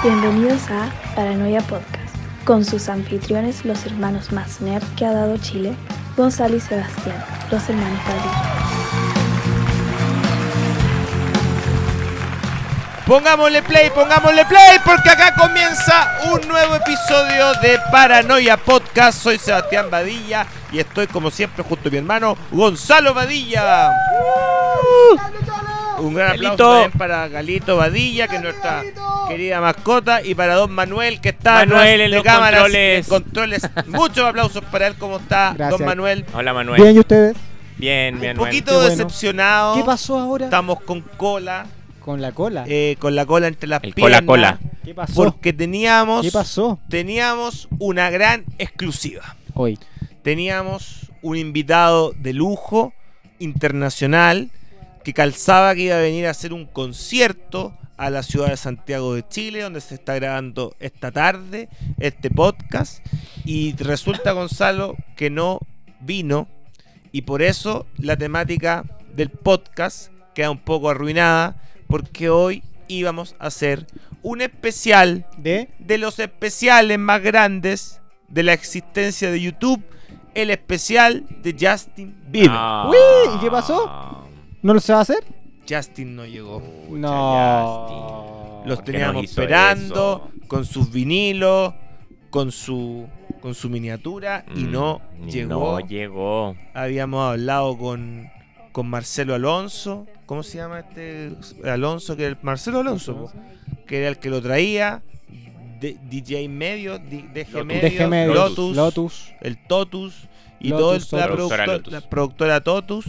Bienvenidos a Paranoia Podcast, con sus anfitriones, los hermanos más nerd que ha dado Chile, Gonzalo y Sebastián, los hermanos Padilla. Pongámosle play, porque acá comienza un nuevo episodio de Paranoia Podcast. Soy Sebastián Badilla y estoy como siempre junto a mi hermano Gonzalo Badilla. Un gran aplauso también para Galito Badilla, que es nuestra querida mascota, y para Don Manuel, que está Manuel en de los cámaras, controles. en controles. Muchos aplausos para él. ¿Cómo está, Gracias. Don Manuel? Hola Manuel. Bien, ¿y ustedes? Bien, Un Manuel. poquito Qué bueno. decepcionado. ¿Qué pasó ahora? Estamos con cola, Con la cola. con la cola entre las El piernas. cola. ¿Qué pasó? Porque teníamos una gran exclusiva. Hoy. Teníamos un invitado de lujo internacional que calzaba que iba a venir a hacer un concierto a la ciudad de Santiago de Chile, donde se está grabando esta tarde este podcast, y resulta, Gonzalo, que no vino, y por eso la temática del podcast queda un poco arruinada, porque hoy íbamos a hacer un especial ¿De? de los especiales más grandes de la existencia de YouTube, el especial de Justin Bieber. Uy, ¿y qué pasó? ¿No lo se va a hacer? Justin no llegó. No. Los ¿Por qué teníamos nos hizo esperando eso? con sus vinilos, con su miniatura, y no llegó. No llegó. Habíamos hablado con Marcelo Alonso. ¿Cómo se llama este Alonso? Que era Marcelo Alonso, po, que era el que lo traía. DJ Medio, DG Medio, Deje medio. Lotus, el Totus y Lotus, todo la Productora Lotus. la productora Totus.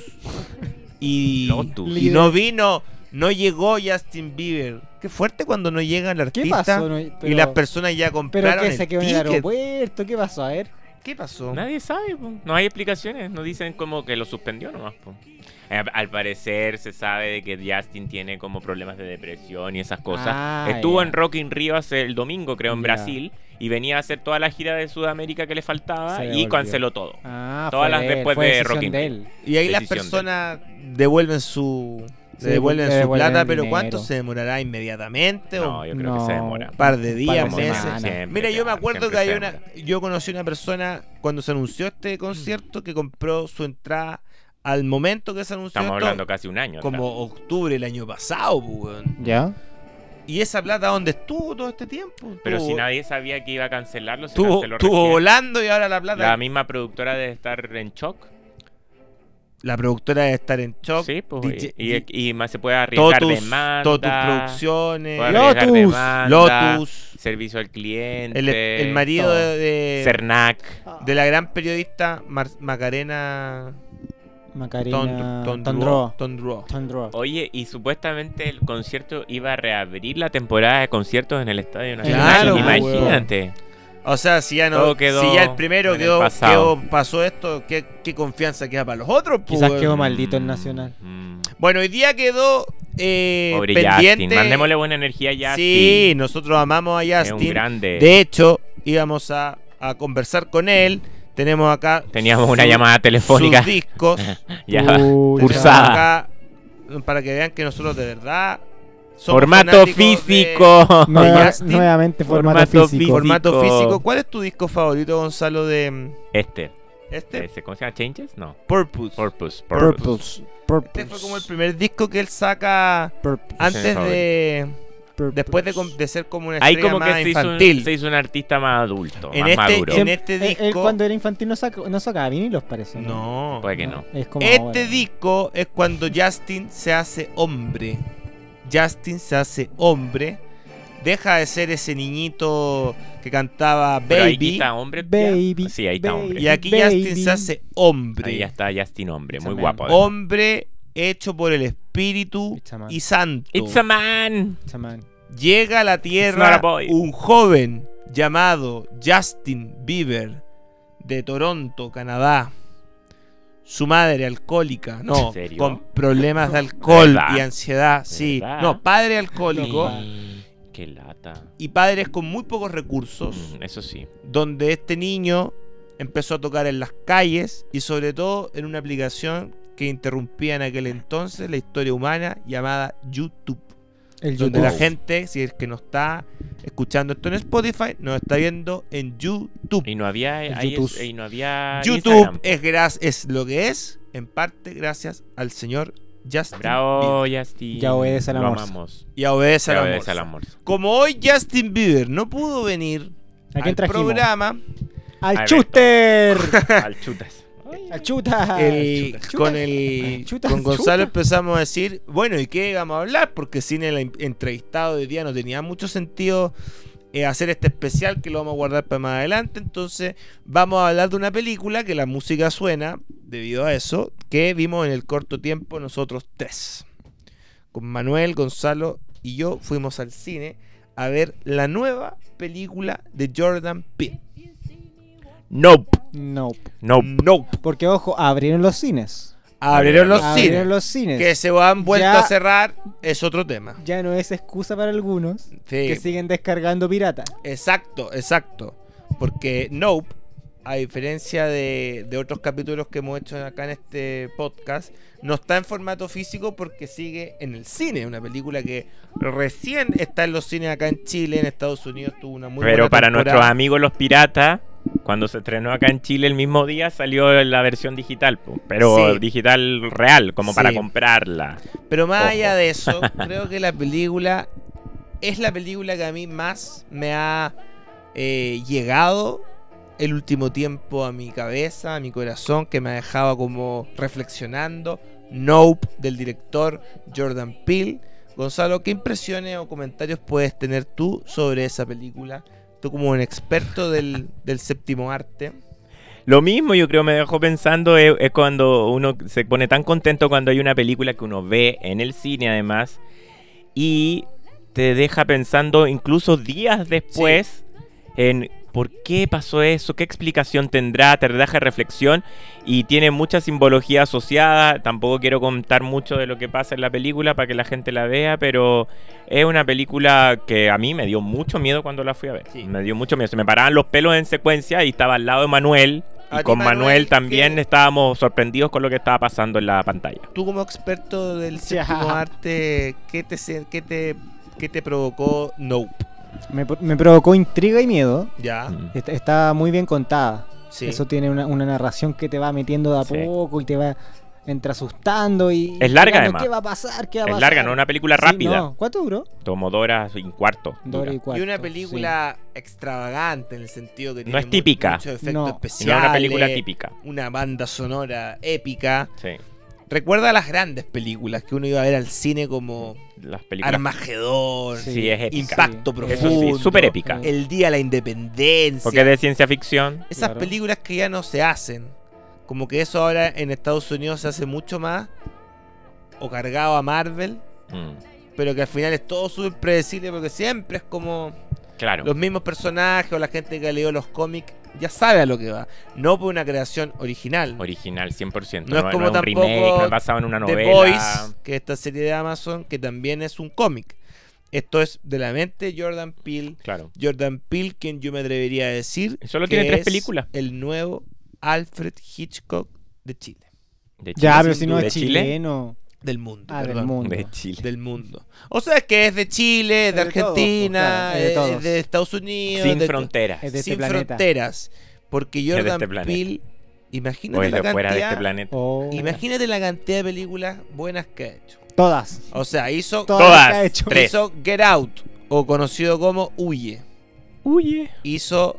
Y Lotus. y no vino, no llegó Justin Bieber. Qué fuerte cuando no llega el ¿Qué artista pasó? No, y las personas ya ¿Pero compraron qué el se quedó en el ticket. aeropuerto? ¿Qué pasó? A ver. ¿Qué pasó? Nadie sabe, po. No hay explicaciones. No dicen como que lo suspendió nomás, po. Al parecer se sabe de que Justin tiene como problemas de depresión y esas cosas. Ah, Estuvo ya. en Rock in Rio el domingo, creo, en Ya. Brasil, y venía a hacer toda la gira de Sudamérica que le faltaba Se y devolvió. canceló todo. Ah, Todas fue las de él, después fue de decisión Rock in de Rio. él. Y ahí las Decisión de personas devuelven su Se devuelven su devuelven plata, el pero dinero. ¿cuánto se demorará? ¿Inmediatamente? No, ¿O yo creo que No. se demora. un par de días, Como meses? semana. Mira, yo me acuerdo que siempre hay se yo conocí una persona cuando se anunció este concierto que compró su entrada al momento que se anunció Estamos esto, hablando casi un año. como octubre del año pasado, pues, weón. ¿Ya? ¿Y esa plata dónde estuvo todo este tiempo? Pero Estuvo- si nadie sabía que iba a cancelarlo, se estuvo, canceló estuvo recién. volando, y ahora la plata. La misma productora debe estar en shock. La productora debe estar en shock. Sí, pues. DJ Y más se puede arriesgar Totus demanda. Producciones, Puede arriesgar Lotus. demanda, Lotus, servicio al cliente. el marido todo. de Cernac. de la gran periodista Macarena Macarena. Tondroa. Tondroa. Oye, y supuestamente el concierto iba a reabrir la temporada de conciertos en el Estadio Nacional. Claro, Imagínate. O sea, si ya no, Todo quedó si ya el primero en el pasó esto, ¿qué confianza queda para los otros? Pues, Quizás weón? quedó maldito el Nacional. Bueno, hoy día quedó Pobre pendiente. Justin. Mandémosle buena energía a Justin. Sí, nosotros amamos a Es un Justin. grande. De hecho, íbamos a conversar con él. Tenemos acá Teníamos una llamada telefónica. sus discos. Ya. Pucha. Cursada. Acá, para que vean que nosotros de verdad somos Formato fanáticos físico. Justin. Nuevamente formato Formato físico. Formato Físico. físico. ¿Cuál es tu disco favorito, Gonzalo, de Este. ¿Cómo se llama? ¿Changes? No. Purpose. Purpose. Purples. Este fue como el primer disco que él saca Purples. antes favorito. de... Purples. Después de ser como una Ahí estrella como que más se infantil. hizo un artista más adulto, En más este- maduro. en este Él disco... cuando era infantil no sacaba vinilos, parece. No. Puede que no. Es como Este ahora. disco es cuando Justin se hace hombre. Justin se hace hombre. Deja de ser ese niñito que cantaba Pero ahí Baby. está hombre. ya. Baby. Sí, ahí está hombre. Y aquí Baby. Justin se hace hombre. Ahí ya está Justin hombre, muy It's a guapo. man. además. Hombre hecho por el Espíritu It's a man. y Santo. It's a man. Chaman. Llega a la It's not tierra a boy. un joven llamado Justin Bieber de Toronto, Canadá. Su madre alcohólica, no, ¿En serio? con problemas de alcohol ¿Verdad? y ansiedad, sí. ¿Verdad? No, padre alcohólico Qué lata. y padres con muy pocos recursos, Eso sí. donde este niño empezó a tocar en las calles y sobre todo en una aplicación que interrumpía en aquel entonces la historia humana llamada YouTube. El donde YouTube. la gente, si es que no está escuchando esto en Spotify, nos está viendo en YouTube. Y no había, El ahí YouTube. y no había YouTube Instagram. es lo que es, en parte gracias al señor Justin Bravo, Bieber. Justin. Ya obedece a la Lo morsa. amamos. Y obedece a Ya la obedece a la morsa. morsa. Como hoy Justin Bieber no pudo venir ¿A quién al trajimos? programa, ¡Al Alberto. Chuster! Al chutas. ¡Al Chuta! con Gonzalo empezamos a decir, bueno, ¿y qué vamos a hablar? Porque sin el entrevistado de hoy día no tenía mucho sentido hacer este especial, que lo vamos a guardar para más adelante. Entonces vamos a hablar de una película que la música suena debido a eso, que vimos en el corto tiempo nosotros tres. Con Manuel, Gonzalo y yo fuimos al cine a ver la nueva película de Jordan Peele. Nope. Nope. Nope. Nope. Porque, ojo, abrieron los cines. Abrieron los Abrieron cines. los cines. Que se han vuelto Ya- a cerrar es otro tema. Ya no es excusa para algunos Sí. que siguen descargando pirata. Exacto. Porque Nope, a diferencia de otros capítulos que hemos hecho acá en este podcast, no está en formato físico porque sigue en el cine. Una película que recién está en los cines acá en Chile, en Estados Unidos tuvo una muy Pero buena para temporada. nuestros amigos los piratas, cuando se estrenó acá en Chile el mismo día salió la versión digital, po, pero Sí. digital real, como para Sí. comprarla. Pero más Ojo. allá de eso, creo que la película es la película que a mí más me ha llegado el último tiempo a mi cabeza, a mi corazón, que me ha dejado como reflexionando. Nope, del director Jordan Peele. Gonzalo, ¿qué impresiones o comentarios puedes tener tú sobre esa película? Tú como un experto del séptimo arte. Lo mismo yo creo me dejó pensando es cuando uno se pone tan contento cuando hay una película que uno ve en el cine además y te deja pensando incluso días después en por qué pasó eso, qué explicación tendrá, te deja reflexión y tiene mucha simbología asociada. Tampoco quiero contar mucho de lo que pasa en la película para que la gente la vea, pero es una película que a mí me dio mucho miedo cuando la fui a ver. Sí. Me dio mucho miedo, se me paraban los pelos en secuencia y estaba al lado de Manuel. A Y ti, con Manuel, Manuel también ¿qué? estábamos sorprendidos con lo que estaba pasando en la pantalla. Tú como experto del Ya. séptimo arte, ¿qué te provocó Nope? Me provocó intriga y miedo. Ya, Está muy bien contada. sí. Eso tiene una narración que te va metiendo de a Sí. poco y te va asustando y Es larga, explicando además. ¿Qué va a pasar? ¿Qué va a Es pasar? larga, no es una película Sí, rápida. no. ¿Cuánto duró? Tomó 2 horas y un cuarto. 2 horas y dura. cuarto. Y una película extravagante en el sentido que No tiene es típica. muchos efectos No. Y no especiales. es una película típica. Una banda sonora épica. Sí. Recuerda las grandes películas que uno iba a ver al cine como Las películas. Armagedón, Sí, es épica. Impacto Sí. Profundo, Eso sí, súper épica. El Día de la Independencia. Porque es de ciencia ficción. Esas Claro. películas que ya no se hacen. Como que eso ahora en Estados Unidos se hace mucho más. O cargado a Marvel. Pero que al final es todo súper predecible porque siempre es como Claro. los mismos personajes o la gente que ha leído los cómics ya sabe a lo que va. No por una creación original. Original, 100%. No es como no es un tampoco remake, no es basado en una The novela. Boys, que es esta serie de Amazon, que también es un cómic. Esto es de la mente de Jordan Peele. Claro. Jordan Peele, quien yo me atrevería a decir Y solo que tiene 3 es películas. el nuevo Alfred Hitchcock de Chile. De Ya, Chile, pero sin si no duda. es ¿De Chile? chileno. Del mundo. Ah, del perdón. mundo. De Chile. Del mundo. O sea, es que es de Chile, es de Es de todos, Argentina, pues, claro, es de todos. es de Estados Unidos. Sin de- fronteras. Es de este sin planeta. fronteras. Porque de Jordan este planeta. Peele, O imagínate es la de fuera de cantidad, este planeta. Oh. imagínate la cantidad de películas buenas que ha hecho. Todas. O sea, hizo, Todas las que ha hecho. 3. hizo Get Out, o conocido como Huye. Huye. Hizo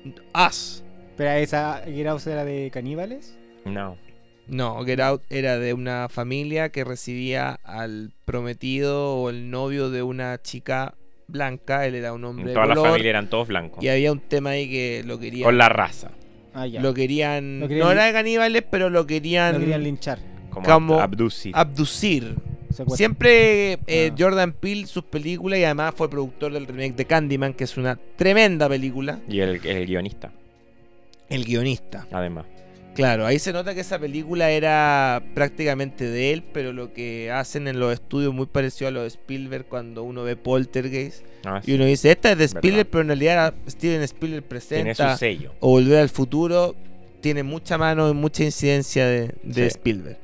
Us. Pero esa Get Out era de caníbales. No. No, Get Out era de una familia que recibía al prometido o el novio de una chica blanca. Él era un hombre Toda de la color. familia eran todos blancos. Y había un tema ahí que lo querían. Con la raza. Ah, ya. Lo querían. Lo querían No li- era de caníbales, pero lo querían, Lo querían linchar. Como, Como abducir. abducir. Secuestro. Siempre Ah. Jordan Peele, sus películas, y además fue productor del remake de Candyman, que es una tremenda película. Y el guionista, El guionista. además. Claro, ahí se nota que esa película era prácticamente de él, pero lo que hacen en los estudios muy parecido a lo de Spielberg cuando uno ve Poltergeist Ah, y sí. uno dice, esta es de Spielberg, Verdad. pero en realidad Steven Spielberg Tiene su presenta sello. o Volver al Futuro, tiene mucha mano y mucha incidencia de Sí. Spielberg.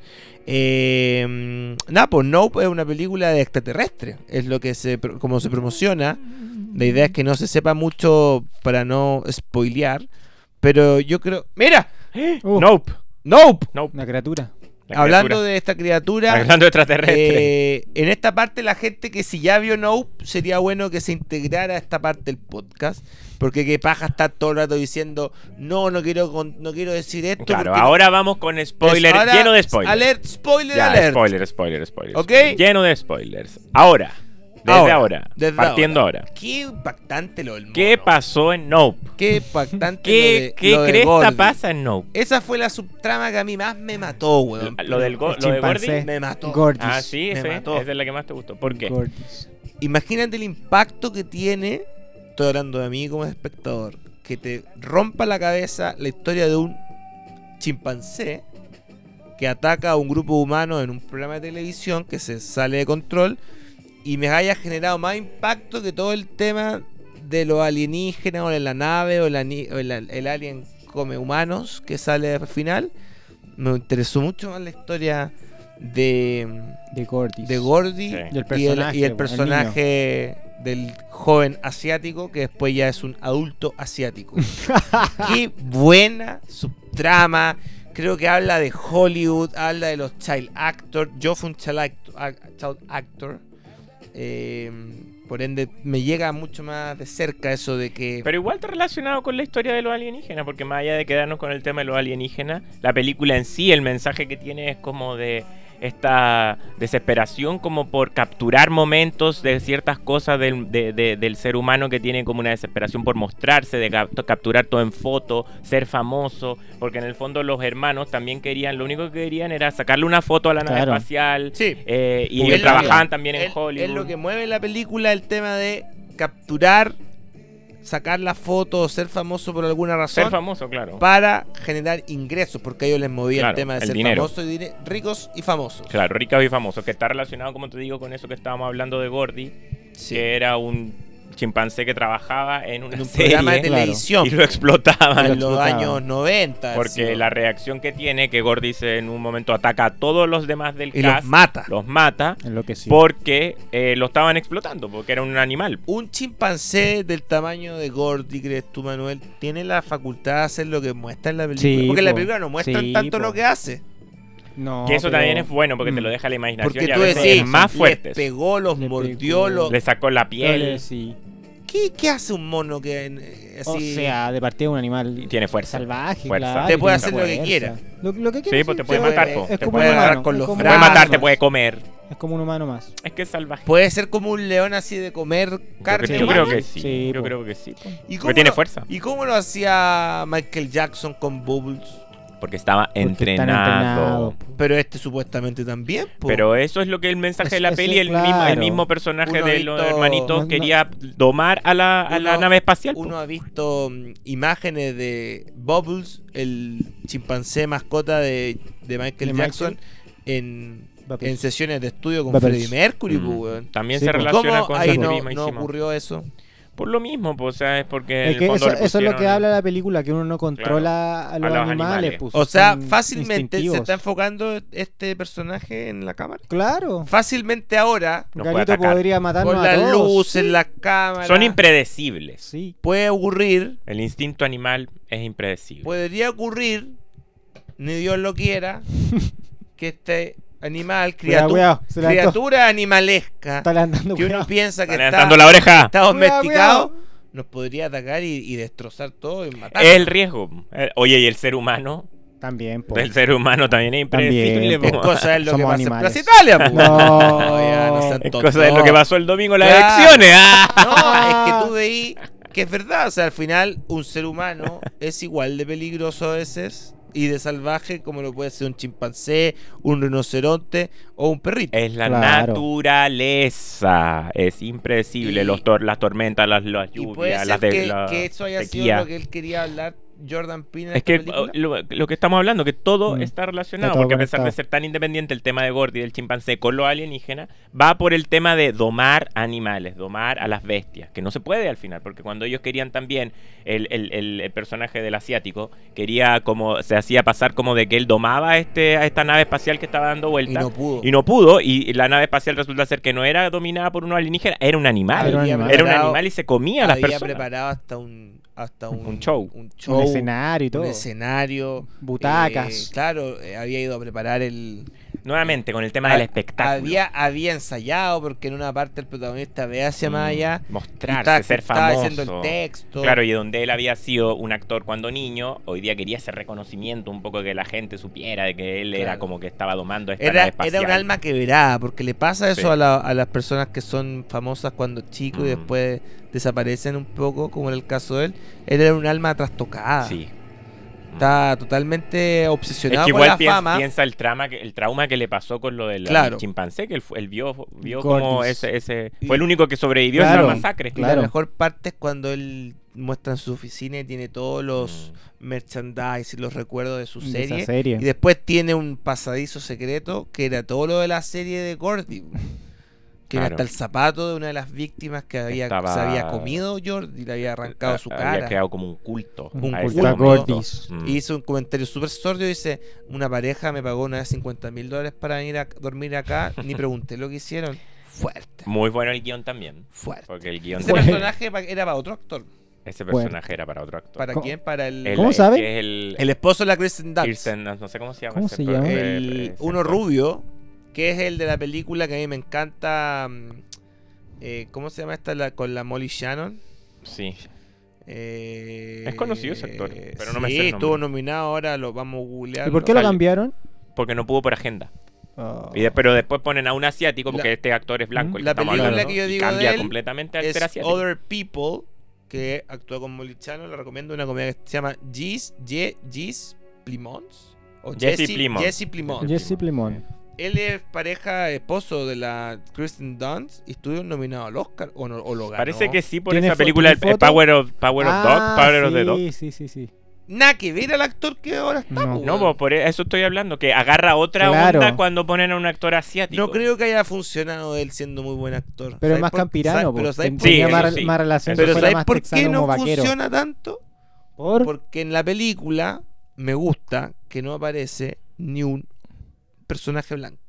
Nada, pues Nope es una película de extraterrestre. Es lo que como se promociona. La idea es que no se sepa mucho para no spoilear. Pero yo creo. ¡Mira! Nope. ¡Nope! Nope. Una criatura. La Hablando criatura. de esta criatura. Hablando de extraterrestre. En esta parte, la gente que si ya vio Nope, sería bueno que se integrara a esta parte del podcast. Porque qué paja estar todo el rato diciendo, no quiero decir esto. Claro, porque ahora vamos con spoilers, ahora, lleno de spoilers. Alert, spoiler, Ya, alert. spoilers. ¿Ok? Lleno de spoilers. Ahora, desde ahora, desde partiendo ahora. Qué impactante lo del mono. ¿Qué pasó en Nope? Qué impactante ¿Qué lo de cresta Gordy. pasa en Nope? Esa fue la subtrama que a mí más me mató, weón. Lo de chimpancé. Gordy. Me mató. Gordis. Ah, sí, Me esa mató. es la que más te gustó. ¿Por qué? Gordis. Imagínate el impacto que tiene, estoy hablando de mí como espectador, que te rompa la cabeza la historia de un chimpancé que ataca a un grupo humano en un programa de televisión que se sale de control y me haya generado más impacto que todo el tema de los alienígenas o de la nave o el alien come humanos que sale al final. Me interesó mucho más la historia de Gordis. Gordy Sí. Y el y personaje, el el personaje del joven asiático que después ya es un adulto asiático. Qué buena subtrama. Creo que habla de Hollywood, habla de los child actors. Yo fui un child actor. Por ende, me llega mucho más de cerca eso de que... Pero igual está relacionado con la historia de los alienígenas, porque más allá de quedarnos con el tema de los alienígenas, la película en sí, el mensaje que tiene es como de esta desesperación como por capturar momentos de ciertas cosas del ser humano, que tiene como una desesperación por mostrarse, de capturar todo en foto, ser famoso, porque en el fondo los hermanos también querían, lo único que querían era sacarle una foto a la nave Claro. espacial, Sí. y Él ellos lo trabajaban que- también en Hollywood. Es lo que mueve la película, el tema de capturar, sacar la foto, ser famoso por alguna razón. Ser famoso, claro. Para generar ingresos, porque a ellos les movía Claro, el tema de el ser dinero. famosos y ricos y famosos. Claro, ricos y famosos, que está relacionado, como te digo, con eso que estábamos hablando de Gordy, Sí. que era un chimpancé que trabajaba en una En un serie programa de claro. televisión y lo explotaban. en los explotaban. años 90. Porque sí. la reacción que tiene, que Gordy en un momento ataca a todos los demás del Y cast, los mata. los mata, Es lo que sí. porque lo estaban explotando, porque era un animal. Un chimpancé del tamaño de Gordy, ¿crees tú, Manuel? Tiene la facultad de hacer lo que muestra en la película. Sí, porque en la po. película no muestran Sí, tanto po. lo que hace. No, Que eso pero- también es bueno, porque te lo Mm. deja a la imaginación Porque y a tú veces decís, es más les fuertes. pegó, los Le mordió, pegó. los... Le sacó la piel Dale, sí. ¿Qué hace un mono que O así... sea, de partida un animal y tiene fuerza. salvaje, Fuerza. claro, Te y puede tiene hacer lo que fuerza. quiera. Lo que quiera, Sí, pues te puede sí, matar, es- po. es Te como puede un agarrar humano, con es los como Te un puede brazos. matar, te humano puede más. comer. Es como un humano más. Es que es salvaje. Puede ser como un león así de comer carne Yo humana. creo que sí. Sí, Yo po. creo que sí. po. ¿Y Porque tiene lo- fuerza. ¿Y cómo lo hacía Michael Jackson con Bubbles? Porque estaba Porque están entrenado. entrenados, po. Pero este supuestamente también, po. Pero eso es lo que el mensaje de la Ese, peli, el claro. mismo personaje Uno ha de los visto- hermanitos No, quería domar a la Uno- nave espacial. po. Uno ha visto imágenes de Bubbles, el chimpancé mascota de Michael ¿De Jackson, en Bubbles. sesiones de estudio con Bubbles. Freddie Mercury, po, Mm. weón. También Sí, se po. relaciona ¿Cómo con ahí San no Turismo. ocurrió eso? Por lo mismo, pues, o sea, es porque en Es el que fondo le eso es lo que pusieron- habla la película, que uno no controla a los animales. Pues, O sea, son fácilmente se instintivos. está enfocando este personaje en la cámara. Claro. Fácilmente ahora, Nos puede Galito atacar. podría matarnos con a las todos. luces, Sí. las cámaras, Son impredecibles. Sí. puede ocurrir, El instinto animal es impredecible. podría ocurrir, ni Dios lo quiera, que este animal, Cuidado, se levantó. criatura animalesca, Está levantando que uno cuidado. piensa que Está está, levantando la oreja. está Cuidado, domesticado, cuidado. nos podría atacar y destrozar todo y matar. Es el riesgo. Oye, y el ser humano. También, po. El ser humano también es impredecible. También, Es po. cosa de lo que Somos pasa animales. en Plaza Italia, pues. No. Ya, no sean Es tontos. cosa de lo que pasó el domingo en las Claro. elecciones. ¡Ah! No, es que tú veí que es verdad. O sea, al final, un ser humano es igual de peligroso a veces y de salvaje como lo puede ser un chimpancé, un rinoceronte o un perrito. Es la Claro. naturaleza. Es impredecible. Y- Las tormentas, las Y puede lluvias, ser las de que, la que eso haya sido sequía. lo que él quería hablar Jordan Peele en Es esta que película? lo que estamos hablando, que todo está relacionado, Está todo porque a pesar de conectado. ser tan independiente el tema de Gordy, del chimpancé con los alienígenas, va por el tema de domar animales, domar a las bestias, que no se puede al final, porque cuando ellos querían también, el personaje del asiático, quería como, se hacía pasar como de que él domaba a esta nave espacial que estaba dando vuelta, Y no pudo. y la nave espacial resulta ser que no era dominada por unos alienígenas, era un animal, Era un animal. era un animal y se comía a las había personas. preparado hasta un show. un Un escenario y todo. un escenario, Butacas. claro, había ido a preparar el Nuevamente, con el tema del espectáculo. había ensayado porque en una parte el protagonista ve hacia más allá y mostrarse, ser estaba famoso. diciendo el texto. Claro, y donde él había sido un actor cuando niño, hoy día quería ese reconocimiento, un poco que la gente supiera de que él era Claro. como que estaba domando esta nave Era espacial. un alma quebrada, porque le pasa eso Sí. a las personas que son famosas cuando chicos y después desaparecen un poco, como en el caso de él. Él era un alma trastocada. Sí. Está totalmente Es obsesionado que con igual la fama. piensa el trauma que le pasó con lo del Claro. chimpancé, que él vio Gordis. como fue el único que sobrevivió a Claro. esa masacre. Y Claro. la mejor parte es cuando él muestra en su oficina y tiene todos los merchandise y los recuerdos de su De esa serie. serie. Y después tiene un pasadizo secreto que era todo lo de la serie de Gordy. Que era Claro. hasta el zapato de una de las víctimas que se había comido Jordi y le había arrancado su Había cara. quedado como un culto. Un a ese culto a momento. Gordis. Y hizo un comentario súper sordio. Dice: una pareja me pagó una vez $50,000 para venir a dormir acá. Ni pregunté lo que hicieron. Fuerte. Muy bueno el guión también. Fuerte. Porque el guión Ese Bueno. personaje era para otro actor. Ese personaje era para otro actor. ¿Para ¿Cómo? quién? Para el, ¿Cómo sabe? Que es el esposo de la Kristen Dunst. Kirsten, no sé cómo se llama. ¿Cómo ese se llama? Uno rubio, que es el de la película que a mí me encanta. ¿Cómo se llama esta con la Molly Shannon? Sí. Es conocido ese actor, pero no me sé el Sí, nombre. estuvo nominado, ahora lo vamos a googlear. ¿Y por qué lo sale. cambiaron? Porque no pudo por agenda. Oh. Pero después ponen a un asiático, porque este actor es blanco. el la que estamos película hablando, que yo y digo cambia de él completamente al Es ser asiático. Other People, que actúa con Molly Shannon. Le recomiendo una comedia que se llama Jesse Plimons. O Jesse Plimons. Jesse Plimons. Jesse Plemons. Él es esposo de la Kristen Dunst y estuvo nominado al Oscar o lo ganó. Parece que sí por ¿Tiene esa fo- película, tiene foto? Power of Dog, Power of the Dog. Sí. Nada que ver al actor que ahora está. No. po, No, weón. pues por eso estoy hablando, que agarra otra Claro. onda cuando ponen a un actor asiático. No creo que haya funcionado él siendo muy buen actor. Pero es ¿Sabes más por- campirano, sa- pero ¿sabes porque por Sí, tenía qué? eso sí. más relación Eso Pero si fuera ¿sabes más por qué texano no o vaquero. funciona tanto? ¿Por? Porque en la película me gusta que no aparece ni un personaje blanco.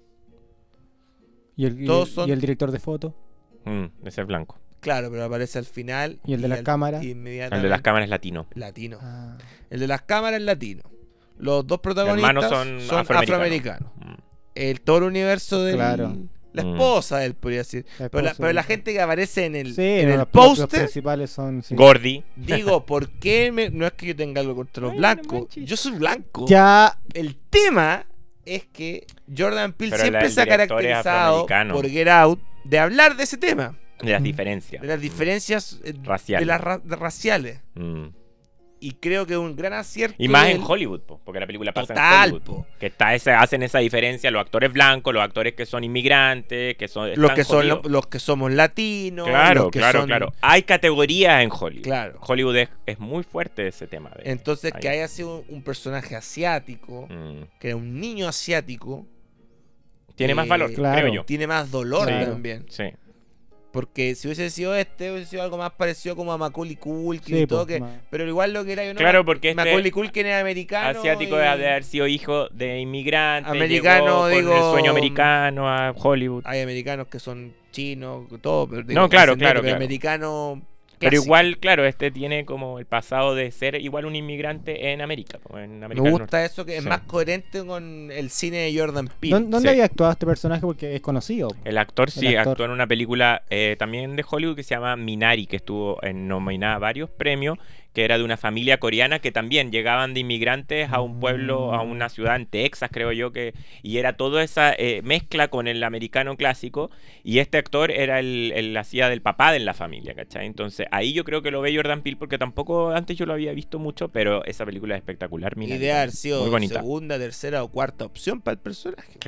¿Y el, Todos son- y el director de foto? De ser blanco. Claro, pero aparece al final. ¿Y el de las cámaras? Inmediatamente El de las cámaras latino. latino. Ah. El de las cámaras es latino. Los dos protagonistas Hermanos son afroamericanos. Todo el universo de Claro. la esposa de él, podría decir. La Pero la esposa. gente que aparece en el, Sí, en no, el los póster, principales son... sí. Gordy. digo, ¿por qué no es que yo tenga algo contra los Ay, no blancos? manches. Yo soy blanco. Ya... El tema es que Jordan Peele Pero siempre el se ha director es caracterizado afroamericano. por Get Out de hablar de ese tema, De las diferencias. de las diferencias Raciales. de las raciales. Mm. Y creo que es un gran acierto. Y más de en él. Hollywood, porque la película pasa Total, en Hollywood. po. Que hacen esa diferencia los actores blancos, los actores que son inmigrantes, que son Los están que, son, jodidos. los que somos latinos. Claro, los que claro, son- claro. Hay categorías en Hollywood. Claro. Hollywood es muy fuerte ese tema. Entonces, Ahí. que haya sido un personaje asiático, que era un niño asiático, Tiene más valor, Claro. creo yo. tiene más dolor Claro. también. Sí. Porque si hubiese sido hubiese sido algo más parecido como a Macaulay Culkin Sí, y todo. pues, que, pero igual lo que era yo no. Claro, porque Macaulay Culkin era americano. asiático y- de haber sido hijo de inmigrantes. Americano, llegó con digo, el sueño americano a Hollywood. Hay americanos que son chinos, todo. Pero No, claro, descendientes, claro, pero claro. americano. Pero clásico. igual, claro, tiene como el pasado de ser igual un inmigrante en América. En América Me del gusta Norte. eso, que es Sí. más coherente con el cine de Jordan Peele. ¿Dónde Sí. había actuado este personaje? Porque es conocido. El actor sí actor. actuó en una película también de Hollywood que se llama Minari, que estuvo nominada a varios premios, que era de una familia coreana que también llegaban de inmigrantes a un pueblo, a una ciudad en Texas, creo yo, y era toda esa mezcla con el americano clásico, y este actor era el hacía del papá de la familia, ¿cachai? Entonces ahí yo creo que lo ve Jordan Peele, porque tampoco antes yo lo había visto mucho, pero esa película es espectacular, Minari. Idea haber sido Muy bonita. segunda, tercera o cuarta opción para el personaje. Claro.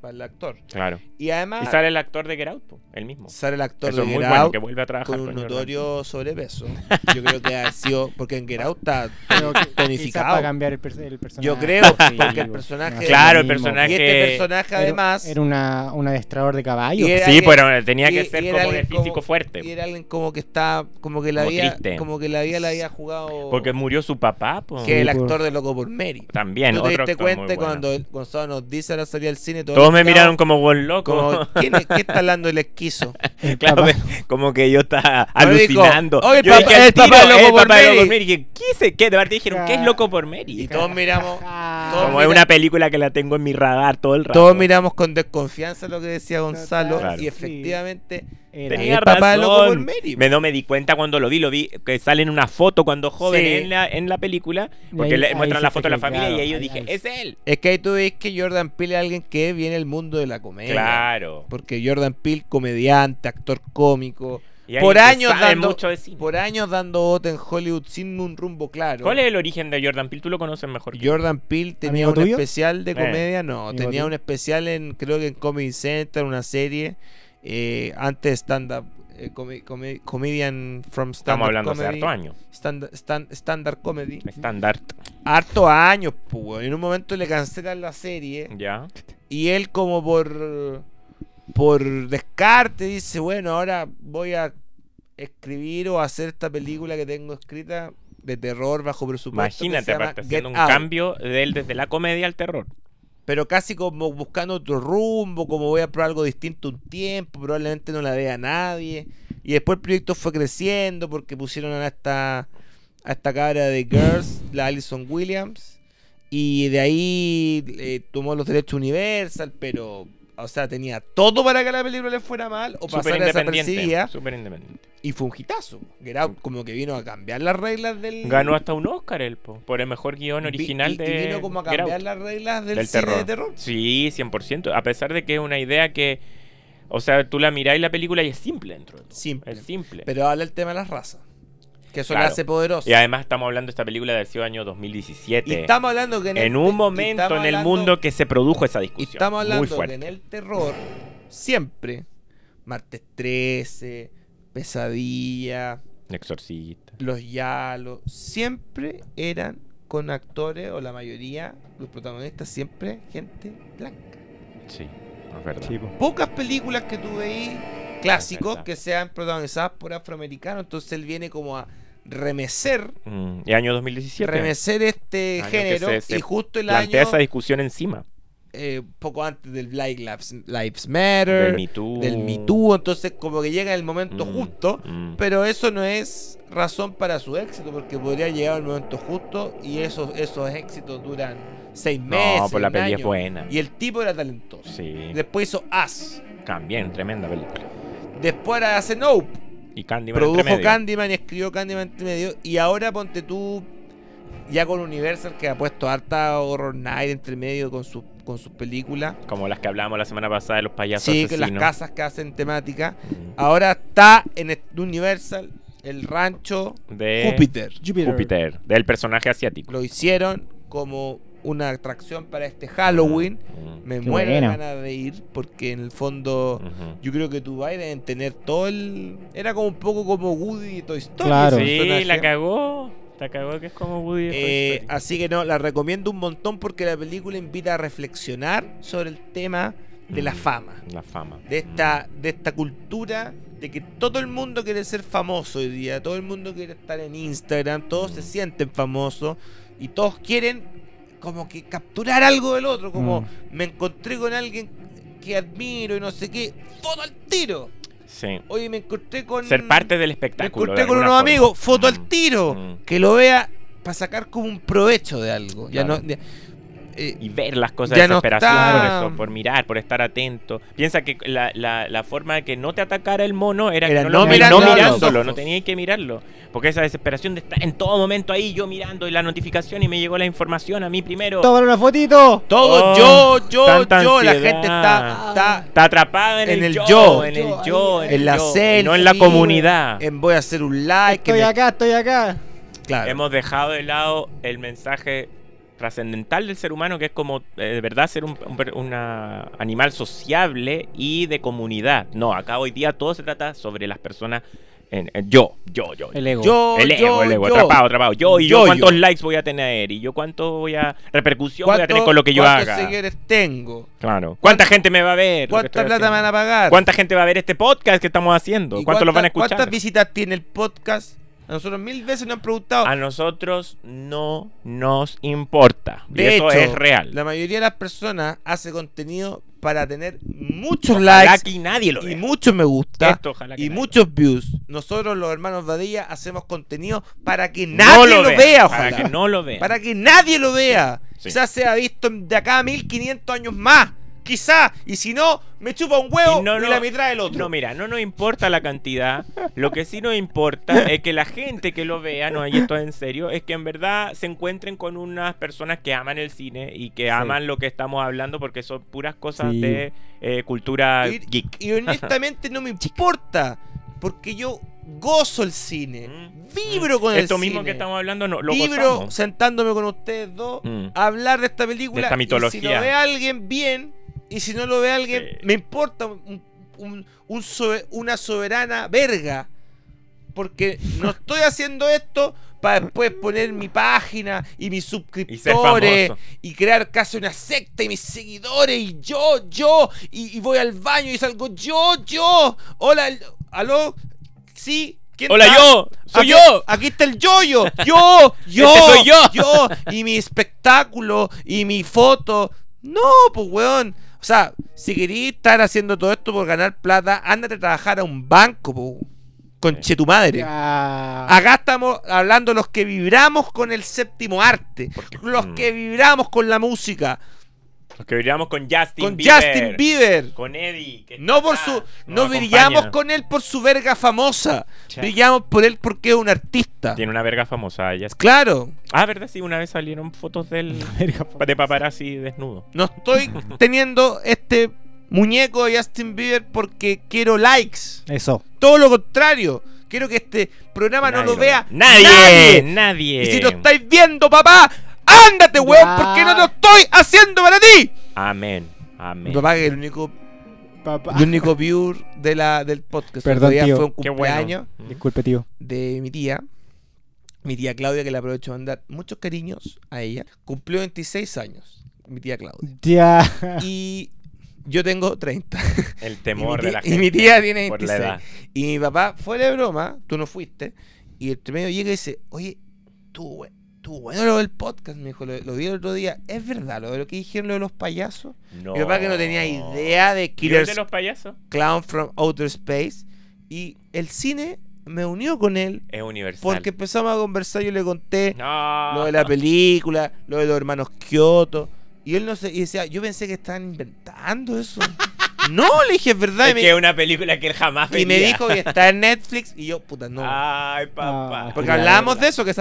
para el actor. Claro. Y además... Y sale el actor de Get Out, el mismo. Sale el actor Eso de es Get muy Out bueno, que vuelve a trabajar con un con notorio sobrepeso. Yo creo que ha sido... Porque en Get Out está Pero quizás para tonificado. cambiar el personaje. Yo creo, Sí, porque el pues, personaje... no, Claro, el lo mismo. personaje- Y este personaje además... Era un adestrador de caballos. Y era Sí, alguien- pero tenía que y ser era como de alguien físico fuerte. Y era alguien como que está... Como que la Como había... triste. Como que la vida la había jugado... Porque murió su papá, pues. Que el Sí, actor de Loco por Mary. También, ¿Tú te otro diste actor muy cuenta bueno. cuando Gonzalo nos dice a la salida del cine? Todos me miraban miraron como buen loco. como, ¿qué está hablando el esquizo? Claro, como que yo estaba No, dijo, alucinando. "Oye, el Yo papá- dije, al el papá tiro, de Loco el por papá de Loco Mary". por Mary. Y dije, ¿qué? De parte dijeron, ¿qué es Loco por Mary? Y todos miramos... todos Como mira- es una película que la tengo en mi radar todo el rato. Todos miramos con desconfianza lo que decía Gonzalo. Claro. Y efectivamente... Era. Tenía el papá de Loco por razón. Mary. No me di cuenta cuando lo vi que sale en una foto cuando joven Sí. en la película, Y porque ahí- le ahí muestran la sí foto de la que, familia claro, y ahí yo ahí- dije, ahí es él. Es que ahí tú ves que Jordan Peele es alguien que viene del mundo de la comedia. Claro. Porque Jordan Peele, comediante, actor cómico, Y por alguien que años sabe dando mucho de cine. por años dando bote en Hollywood sin un rumbo claro. ¿Cuál es el origen de Jordan Peele? Tú lo conoces mejor que yo. Jordan Peele tenía ¿Amigo un tuyo? especial de comedia, no, ¿Amigo tenía tuyo? un especial creo que en Comedy Center, una serie antes de stand-up, comedian from stand-up Estamos hablando hace comedy, harto años. stand-up comedy, Estándar. harto años, pues, weón. En un momento le cancelan la serie Ya. y él como por descarte dice, bueno, ahora voy a escribir o hacer esta película que tengo escrita de terror bajo presupuesto. que Imagínate, se llama aparte, Get haciendo un Out. cambio de él desde la comedia al terror. Pero casi como buscando otro rumbo, como voy a probar algo distinto un tiempo, probablemente no la vea nadie. Y después el proyecto fue creciendo porque pusieron a esta cabra de Girls, la Alison Williams, y de ahí tomó los derechos Universal, pero, o sea, tenía todo para que la película le fuera mal o Súper pasara desapercibida, independiente. Súper independiente. y fue un hitazo. Get Out como que vino a cambiar las reglas del... Ganó hasta un Oscar él, por el mejor guión Vi- original y de vino como a Get cambiar Out, las reglas del del cine terror. de terror. Sí, 100%. A pesar de que es una idea que, o sea, tú la mirás y la película y es simple dentro de todo. Simple. Es simple. Pero habla el tema de las razas, que eso Claro. le hace poderoso. Y además estamos hablando de esta película del año 2017. Y estamos hablando que en un momento en el mundo que se produjo esa y discusión. estamos muy hablando que fuerte. en el terror siempre Martes 13, Pesadilla, Exorcista. Los Yalos, siempre eran con actores, o la mayoría, los protagonistas siempre gente blanca. Sí, es verdad. Sí, po. Pocas películas que tú veís clásicos verdad. que sean protagonizadas por afroamericanos, entonces él viene como a remecer Y año 2017. este Año que género, se y justo el plantea año esa discusión encima. poco antes del Black Lives Matter, Del Me Too. entonces como que llega el momento justo, pero eso no es razón para su éxito, porque podría llegar el momento justo y esos éxitos duran 6 meses. No, pues la un peli es año. buena. Y el tipo era talentoso. Sí. Después hizo Us. También, tremenda película. Después ahora hace Nope. Y Candyman entre Produjo medio. Candyman y escribió Candyman entre medio. Y ahora ponte tú ya con Universal, que ha puesto harta Horror Night entre medio con sus películas. Como las que hablábamos la semana pasada de los payasos Sí, que las asesinos. casas que hacen temática. Mm. Ahora está en Universal el rancho De Júpiter. Júpiter, del personaje asiático. Lo hicieron como una atracción para este Halloween. Me Qué muero de buena. ganas de ir porque en el fondo yo creo que tú vas deben tener todo el... Era como un poco como Woody y Toy Story. Claro. ese Sí, personaje. la cagó. La cagó que es como Woody de Toy Story. Así que no, la recomiendo un montón porque la película invita a reflexionar sobre el tema de la fama. La fama. De esta cultura de que todo el mundo quiere ser famoso hoy día, todo el mundo quiere estar en Instagram, todos se sienten famosos y todos quieren como que capturar algo del otro, como me encontré con alguien que admiro y no sé qué, foto al tiro. Sí. Oye, me encontré con... Ser parte del Me espectáculo. encontré de con alguna unos forma. amigos, foto al tiro. Mm. Que lo vea para sacar como un provecho de algo. Ya Claro. no... Y ver las cosas Ya de no desesperación está- por eso, por mirar, por estar atento. Piensa que la forma de que no te atacara el mono era, Era que no no mirándolo a los mirándolo, ojos. no tenía que mirarlo. Porque esa desesperación de estar en todo momento ahí, yo mirando y la notificación y me llegó la información a mí primero. ¡Tómale una fotito! Todo Oh, yo, tanta la ansiedad. gente está Está atrapada En en el el yo. yo, en el yo, en la yo, selfie, y no en la comunidad. voy a hacer un like. Estoy acá, estoy acá. Claro. Hemos dejado de lado el mensaje trascendental del ser humano, que es como de verdad ser un animal sociable y de comunidad. No, acá hoy día todo se trata sobre las personas. Yo. El ego. El ego, atrapado. Yo cuántos likes voy a tener, y yo cuánto repercusión voy a tener con lo que yo haga. ¿Cuántos seguidores tengo? Claro. ¿Cuánta gente me va a ver? ¿Cuánta plata me van a pagar? ¿Cuánta gente va a ver este podcast que estamos haciendo? ¿Cuántos los van a escuchar? ¿Cuántas visitas tiene el podcast? A nosotros 1000 veces nos han preguntado. A nosotros no nos importa. De hecho, hecho, es real. La mayoría de las personas hace contenido para tener muchos likes y nadie lo y muchos me gusta y muchos vea. Views. Nosotros, los hermanos Badilla, hacemos contenido para que nadie lo vea, ojalá. Para que no lo vea. Para que nadie lo vea. Sí. Quizás sea visto de acá a 1500 años más. Quizá, y si no, me chupa un huevo y la mitad del otro. No, mira, no nos importa la cantidad. Lo que sí nos importa es que la gente que lo vea, no, y esto es en serio, es que en verdad se encuentren con unas personas que aman el cine y que aman lo que estamos hablando, porque son puras cosas de cultura geek. Y honestamente no me importa, porque yo gozo el cine. Vibro con el cine. Esto mismo que estamos hablando, lo vibro gozamos. Sentándome con ustedes dos a hablar de esta película. De esta mitología. Y si lo ve alguien, bien. Y si no lo ve alguien, me importa una soberana verga. Porque no estoy haciendo esto para después poner mi página y mis suscriptores y crear casi una secta y mis seguidores y yo y voy al baño y salgo yo. Hola, aló, sí. Hola, yo, soy yo. Aquí está el yo. Soy yo y mi espectáculo y mi foto. No, pues weón. O sea, si queréis estar haciendo todo esto por ganar plata, ándate a trabajar a un banco, po. Conche tu madre. Acá estamos hablando de los que vibramos con el séptimo arte, los que vibramos con la música, los que brillamos con Justin Bieber, con Eddie, no brillamos con él por su verga famosa, brillamos por él porque es un artista. Tiene una verga famosa, claro. ¿Verdad? Sí, una vez salieron fotos de paparazzi desnudo. No estoy teniendo este muñeco de Justin Bieber porque quiero likes. Eso. Todo lo contrario. Quiero que este programa no lo vea nadie. Y si lo estáis viendo, papá, ándate, weón, porque no lo estoy haciendo para ti. Amén. Mi papá, que es el único viewer del podcast. Perdón, tío. Fue un cumpleaños. Bueno. Disculpe, tío. De mi tía Claudia, que le aprovecho de mandar muchos cariños a ella. Cumplió 26 años, mi tía Claudia. Ya. Y yo tengo 30. El temor de la gente. Y mi tía tiene 26. Por la edad. Y mi papá, fuera de broma, tú no fuiste. Y el medio llega y dice, oye, tú bueno lo del podcast, me dijo, lo vi el otro día. ¿Es verdad lo de lo que dijeron lo de los payasos? No. Mi papá, que no tenía idea de Killers de los payasos, Clown from Outer Space. Y el cine me unió con él. Es universal. Porque empezamos a conversar, yo le conté lo de la película, lo de los hermanos Kyoto. Y él no sé, y decía, yo pensé que estaban inventando eso. No, le dije, es verdad. Es que es una película que él jamás vería. Y me dijo que está en Netflix. Y yo, puta, no. Ay, papá. Porque hablábamos de eso, que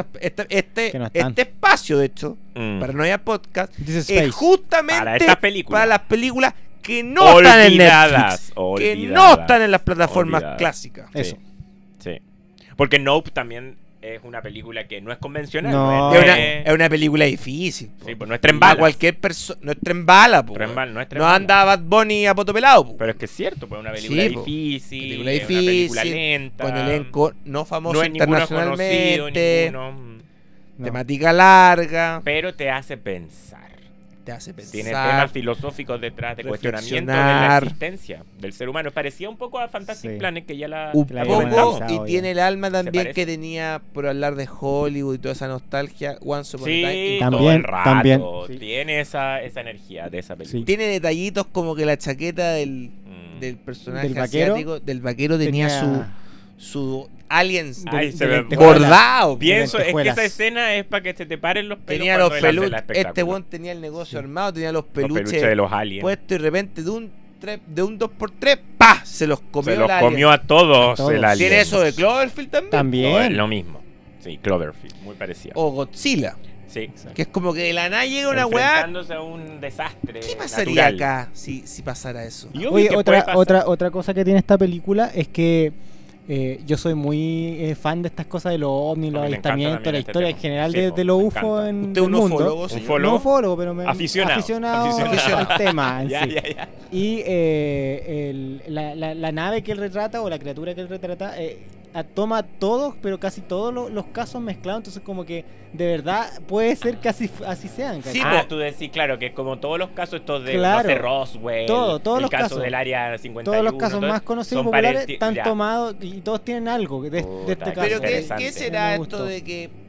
este espacio, de hecho, Paranoia Podcast, es justamente para las películas que no están en Netflix. Que no están en las plataformas clásicas. Eso. Sí. Porque Nope también es una película que no es convencional. No. Es una película difícil. Sí, pues no es tren bala. Cualquier persona. No es tren bala, po. No anda Bad Bunny a poto pelado, po. Pero es que es cierto, pues es una película difícil. Una película lenta. Con elenco no famoso internacionalmente. Temática larga. Pero te hace pensar. Tiene temas temas filosóficos detrás de cuestionamiento de la existencia del ser humano. Parecía un poco a Fantastic Planet, que ya la poco, y tiene el alma también que tenía por hablar de Hollywood y toda esa nostalgia. Once Upon a Time. También. Tiene esa energía de esa película. Tiene detallitos como que la chaqueta del personaje asiático, del vaquero tenía su aliens bordado. Pienso, es que esa escena es para que se te paren los pelos. Tenía los peluches. Este weón tenía el negocio armado, tenía los peluches de los aliens puestos, y de repente de un 2x3, ¡pah! Se los comió. Se los comió a todos el alien. ¿Tiene eso de Cloverfield también? También. Lo mismo. Sí, Cloverfield, muy parecido. O Godzilla. Sí. Que es como que de la nada llega una weá. Enfrentándose a un desastre. ¿Qué pasaría acá si pasara eso? Oye, otra cosa que tiene esta película es que yo soy muy fan de estas cosas de los ovnis, los A mí me encanta avistamientos, también la este historia tema. en general Sí, de los me UFO encanta. en ¿Usted el un mundo. ufólogo? ¿Un Sí. ufólogo? No ufólogo, pero Aficionado. aficionado al tema en Ya, sí. ya. Y la nave que él retrata o la criatura que él retrata toma todos, pero casi todos los casos mezclados. Entonces como que de verdad puede ser que así sean. Sí, ¿cachai? Tú decís, claro, que como todos los casos estos de Claro. no sé, Roswell, Todos el los caso casos. del área 51, Todos los casos todo, más conocidos y son populares pareci- están ya. tomados y todos tienen algo de Puta, este caso. Pero interesante. ¿qué será Me esto gustó. de que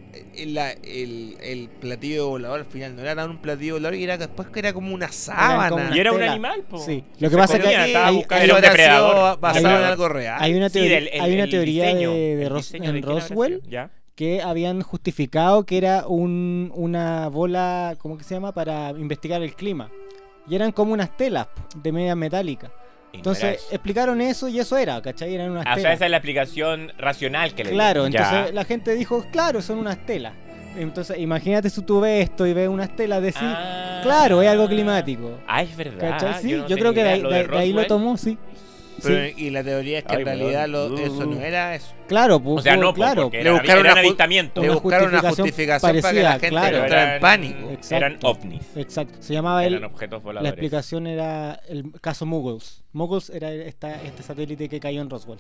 el platillo volador al final no era tan un platillo volador y era después que era como una sábana? como Y era un tela. animal, po. Sí. Se Lo que pasa es que comía, estaba hay- buscando- hay- era un Eso habrá sido depredador. basado en Hay- algo real. Hay una Sí, teoría, el teoría de el diseño en de quién habrá Roswell sido, ¿ya? que habían justificado que era una bola, ¿cómo que se llama? Para investigar el clima. Y eran como unas telas de media metálica. Y no Entonces era eso. explicaron eso y eso era, ¿cachai? Eran unas O sea, telas. esa es la explicación racional que le Claro, dieron. Ya. entonces la gente dijo, claro, son unas telas. Entonces imagínate si tú ves esto y ves unas telas, decir, Ah. claro, es algo climático. Ah, es verdad. ¿Cachai? Sí, no yo creo tenía que de idea. ahí, Lo de ahí lo Roswell. tomó, sí. Pero, Sí. y la teoría es que Ay, en realidad weón. eso no era eso. Claro, pues, O sea, no, claro. porque Le eran buscaron una avistamientos. Le Una buscaron una justificación justificación para que la parecida, gente claro. no entrara en pánico. Exacto. Eran ovnis. Exacto. Se llamaba Eran objetos la voladores. explicación era el caso Muggles. Muggles era este satélite que cayó en Roswell.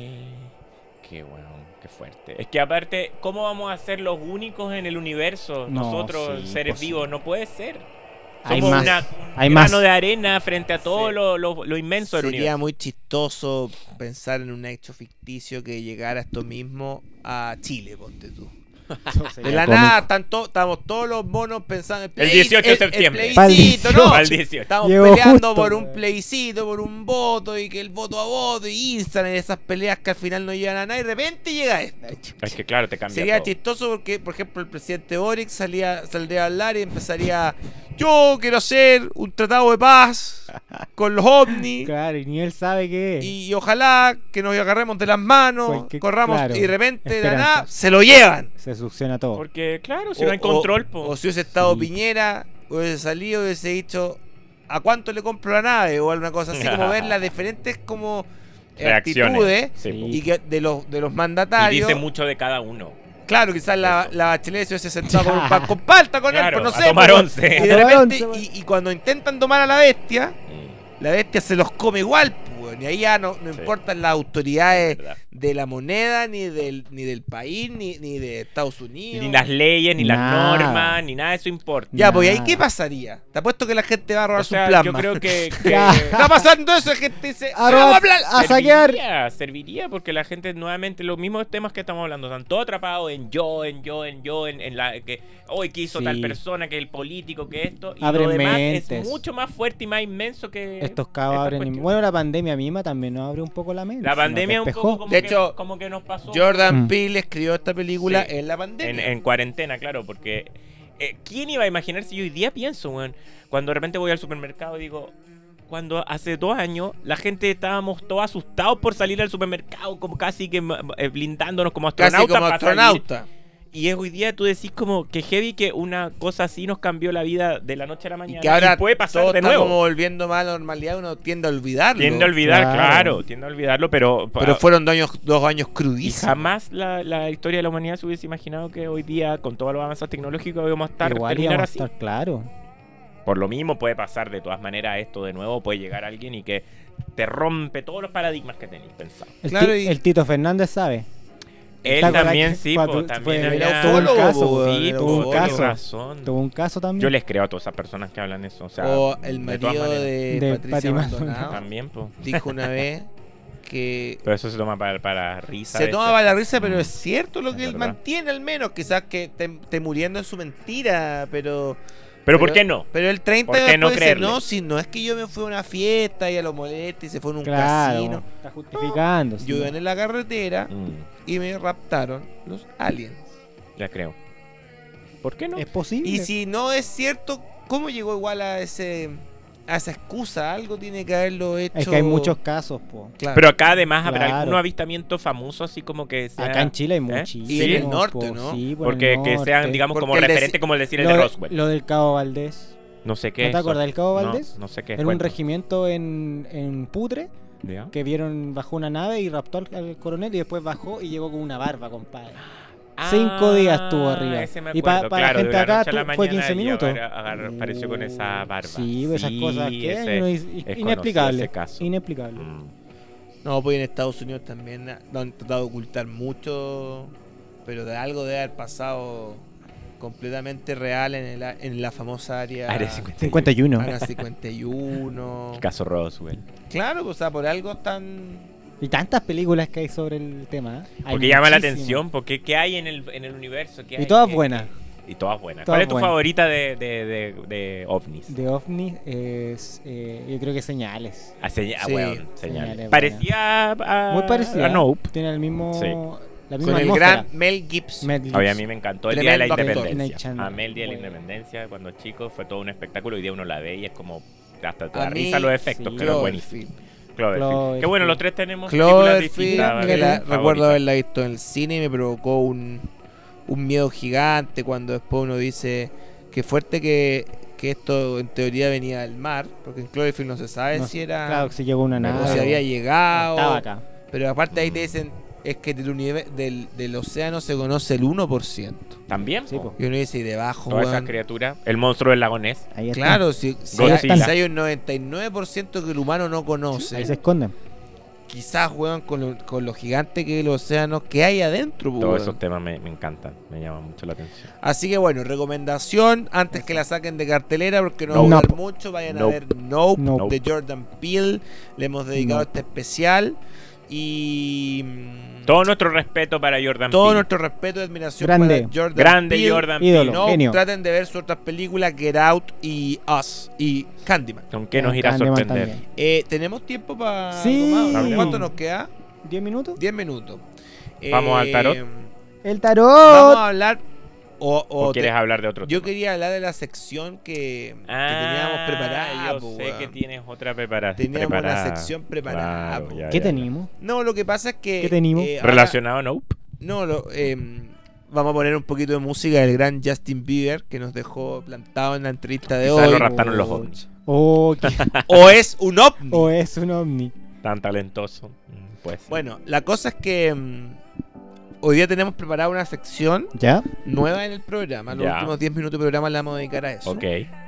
Qué bueno, qué fuerte. Es que aparte, ¿cómo vamos a ser los únicos en el universo? No, Nosotros, sí, seres pues, vivos, no puede ser. Hay Somos más, un hay grano más. de arena frente a todo Sí. lo inmenso del Sería universo. muy chistoso pensar en un hecho ficticio que llegara esto mismo a Chile, ponte tú. De la nada estamos todos los monos pensando en El 18 de septiembre. El plebiscito, ¿no? Al 18. Estamos Llegó peleando justo, por un weón. plebiscito, por un voto y que el voto a voto y Instagram y esas peleas que al final no llegan a nada y de repente llega esto. Es que claro, te cambia Sería todo. chistoso porque, por ejemplo, el presidente Boric saldría a hablar y empezaría: yo quiero hacer un tratado de paz con los ovnis. Claro, y ni él sabe qué es. Y ojalá que nos agarremos de las manos, corramos claro, y de repente de la esperanza. nada se lo llevan. Se succiona todo. Porque claro, si no hay control, o si hubiese estado Sí. Piñera, hubiese salido y hubiese dicho: ¿a cuánto le compro la nave? O alguna cosa así, como ver las diferentes como actitudes Sí, Sí. y que de los y mandatarios. dice mucho de cada uno. Claro, quizás la Eso. Bachelet se hubiese sentado con un pan con palta con él, Claro, pero no a sé. tomar pero- once. Y A de tomar repente, once, y cuando intentan tomar a la bestia se los come igual, pues, y ahí ya no Sí. importan las autoridades Es verdad. de la moneda, ni del país, ni de Estados Unidos. Ni las leyes, ni las Nada. normas, ni nada de eso importa. Ya, pues, ¿y ahí Nada. qué pasaría? Te apuesto que la gente va a robar O sea, su plasma. yo creo que Ya. Está pasando eso, la gente dice: A "Vamos robar- a hablar". a saquear. Serviría porque la gente nuevamente los mismos temas que estamos hablando están todos atrapados en la que hoy que hizo Sí. tal persona, que el político, que esto y Abren lo demás mentes. es mucho más fuerte y más inmenso que Estos cabos estas abren. cuestiones. Bueno, la pandemia misma también nos abre un poco la mente. La nos pandemia un despejó. poco como, De que, hecho, como que nos pasó Jordan Mm. Peele escribió esta película Sí. en la pandemia. en cuarentena, claro, porque ¿quién iba a imaginar si yo hoy día pienso, weón? Cuando de repente voy al supermercado y digo, cuando hace 2 años la gente estábamos todos asustados por salir al supermercado, como casi que blindándonos como Casi astronautas como para salir. astronauta. Y es hoy día tú decís como que heavy que una cosa así nos cambió la vida de la noche a la Y mañana. que ahora puede pasar todo de está nuevo. como volviendo más a la normalidad, uno tiende a olvidarlo. Tiende a olvidar, Claro. claro, tiende a olvidarlo, pero Pero fueron 2 años y crudísimos. jamás la historia de la humanidad se hubiese imaginado que hoy día, con todos los avances tecnológicos, íbamos a estar Igual terminar íbamos a así. estar claro. Por lo mismo puede pasar de todas maneras esto de nuevo, puede llegar alguien y que te rompe todos los paradigmas que tenéis pensado. Claro, y- El Tito Fernández sabe. Él ¿Te acuerdas también que sí, fue- po, fue- también era era- tuvo un caso, sí, era po, tuvo un ufólogo. tienes caso. razón. Tuvo un caso también. Yo les creo a todas esas personas que hablan eso, o sea, O el de todas marido maneras. de De Patricia Pati Maldonado También, po. dijo una vez que Pero eso se toma para risa. a se veces. toma para la risa, pero Mm. es cierto lo que Es él verdad. mantiene al menos. Quizás que te muriendo en su mentira, pero... Pero ¿por qué no? Pero el 30 ¿Por qué después no dice: creerle? no, si no es que yo me fui a una fiesta y a lo molesta y se fue en un Claro. casino. Está justificando. sí. Yo iba en la carretera Mm, y me raptaron los aliens. ya creo. ¿Por qué no? Es posible. Y si no es cierto, ¿cómo llegó igual a esa excusa? Algo tiene que haberlo hecho. Es que hay muchos casos, po. Claro. Pero acá además habrá Claro. algún avistamiento famoso así como que sea... Acá en Chile hay ¿Eh? muchísimos. Y en el norte, po, ¿no? Sí, por Porque el que sean, norte. digamos, como Porque el de- referente, como el decir el lo, de de- Roswell. lo del Cabo Valdés. No sé qué ¿No es te eso. acordás del Cabo No, Valdés? No sé qué es. Era un cuento. regimiento en Putre ¿Ya? que bajó una nave y raptó al coronel y después bajó y llegó con una barba, compadre. 5 días estuvo arriba. Ese me Y para acuerdo, la claro, gente de la acá noche a la fue mañana 15 minutos. Apareció con esa barba. Sí, esas cosas que ese- hay, es conocido inexplicable. ese caso. Inexplicable. No, pues en Estados Unidos también lo han tratado de ocultar mucho, pero de algo debe haber pasado completamente real en la famosa área Área 51. 51. Área 51. El caso Roswell. Claro, o sea, por algo tan... Y tantas películas que hay sobre el tema. Hay Porque llama la muchísimas. atención, porque ¿qué hay en el universo? ¿Qué Y hay? todas ¿Qué- buenas. Y todas buenas. Todas ¿Cuál es tu buenas. favorita de ovnis? De OVNI es, yo creo que Señales. Sí. Sí. Señales. Parecía a, Muy parecida. a Nope. Tiene el mismo, Sí. la misma Con el atmósfera. gran Mel Gibson. Mel Oye, a Gibson. mí me encantó el día de la Tremendo actor. independencia. Night Shyamalan. Amé el día de la Bueno. independencia cuando chico, fue todo un espectáculo. Hoy día uno la ve y es como hasta te A da mí, risa los efectos, sí. pero es buenísimo. Cloverfield. Cloverfield. Que bueno, los tres tenemos películas Cloverfield, distintas. que favoritas. recuerdo haberla visto en el cine y me provocó un miedo gigante cuando después uno dice que fuerte que esto en teoría venía del mar, porque en Cloverfield no se sabe No, si era Claro, si llegó una nave. o si había llegado, Estaba acá. pero aparte ahí te dicen es que del océano se conoce el 1%. También, Sí, po. po. Y uno dice, y debajo, Todas esas weón, criaturas. El monstruo del lago Ness. Ahí está. claro, si Godzilla. hay un 99% que el humano no conoce, Ahí se esconden. quizás, weón, con lo gigante que es el océano, que hay adentro, Todos weón. esos temas me encantan. Me llaman mucho la atención. Así que bueno, recomendación antes que la saquen de cartelera porque no Nope. va a durar mucho, vayan a Nope. ver Nope, Nope. de Jordan Peele. Le hemos dedicado Nope. este especial y Todo nuestro respeto para Jordan todo Peele. nuestro respeto y admiración Grande. para Jordan Grande Peele. Jordan Ídolo. Peele. No Genio. traten de ver sus otras películas, Get Out y Us y Candyman. ¿Con qué nos irá a Candyman sorprender? también. ¿Tenemos tiempo para Sí. Hablemos. ¿Cuánto nos queda? 10 minutos. 10 minutos. Vamos al tarot. El tarot. Vamos a hablar ¿O quieres hablar de otro Yo tema? quería hablar de la sección que teníamos preparada. Yo po, sé weón. que tienes otra preparada. Teníamos una sección preparada, Claro, po. ya, ¿Qué ya. tenemos? No, lo que pasa es que... ¿Qué tenemos? ahora- ¿Relacionado? Nope. No, vamos a poner un poquito de música del gran Justin Bieber que nos dejó plantado en la entrevista de Quizás hoy. lo raptaron los ovnis. Oh, O es un ovni. o es un ovni. Tan talentoso. Pues. Bueno, la cosa es que hoy día tenemos preparada una sección ¿Ya? nueva en el programa. Los Ya. últimos 10 minutos de programa la vamos a dedicar a eso. Ok.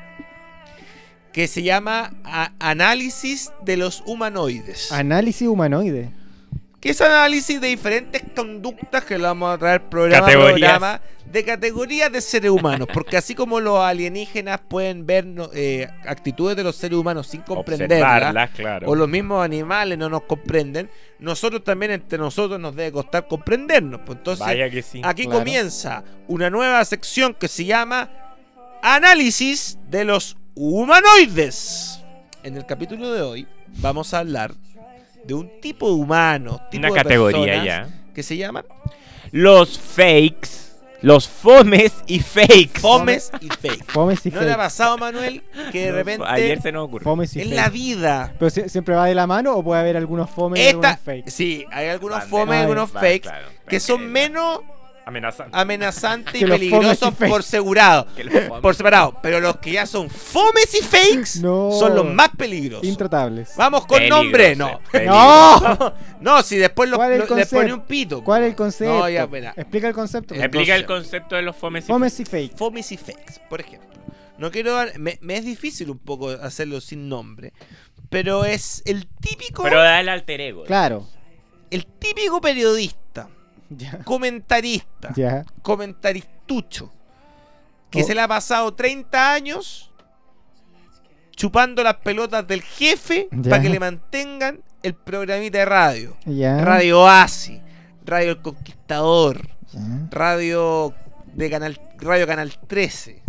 Que se llama Análisis de los humanoides. Análisis humanoide. Que es análisis de diferentes conductas que lo vamos a traer programa a Categorías. programa de categorías de seres humanos. Porque así como los alienígenas pueden ver actitudes de los seres humanos sin comprenderlas, Observarlas, claro. o los mismos animales no nos comprenden, nosotros también entre nosotros nos debe costar comprendernos. Pues entonces, Vaya que sí. aquí claro. comienza una nueva sección que se llama Análisis de los humanoides. En el capítulo de hoy vamos a hablar de un tipo de humano, tipo Una de categoría personas ya. que se llaman Los fakes. Los fomes y fakes. fomes y fake. Fomes y ¿No le ha fake. pasado, Manuel, que de repente Ayer se nos ocurrió. Fomes y en fake. la vida Pero siempre va de la mano o puede haber algunos fomes y algunos fake. sí, hay algunos Van de fomes y la- algunos van, fakes claro, que son pero- menos Amenazante. amenazantes y Que los fomes y peligrosos fakes. por separado. Que los fomes- Por separado. Pero los que ya son fomes y fakes No. son los más peligrosos. Intratables. Vamos con Peligroso, nombre. No. peligroso. ¡No! No, si después ¿Cuál es el les concepto? pone un pito. ¿Cuál es el concepto? No, ya, espera. Explica el concepto. El Explica el concepto. concepto de los fomes y Fomes y fake. Fomes y fakes, por ejemplo. No quiero dar. Me es difícil un poco hacerlo sin nombre. Pero es el típico. Pero da el alter ego. Claro. El típico periodista. Ya. Comentarista. Ya. Comentaristucho. Que Oh. se le ha pasado 30 años chupando las pelotas del jefe Ya. para que le mantengan el programita de radio. Ya. Radio Oasis, Radio El Conquistador, Ya. Radio Canal 13.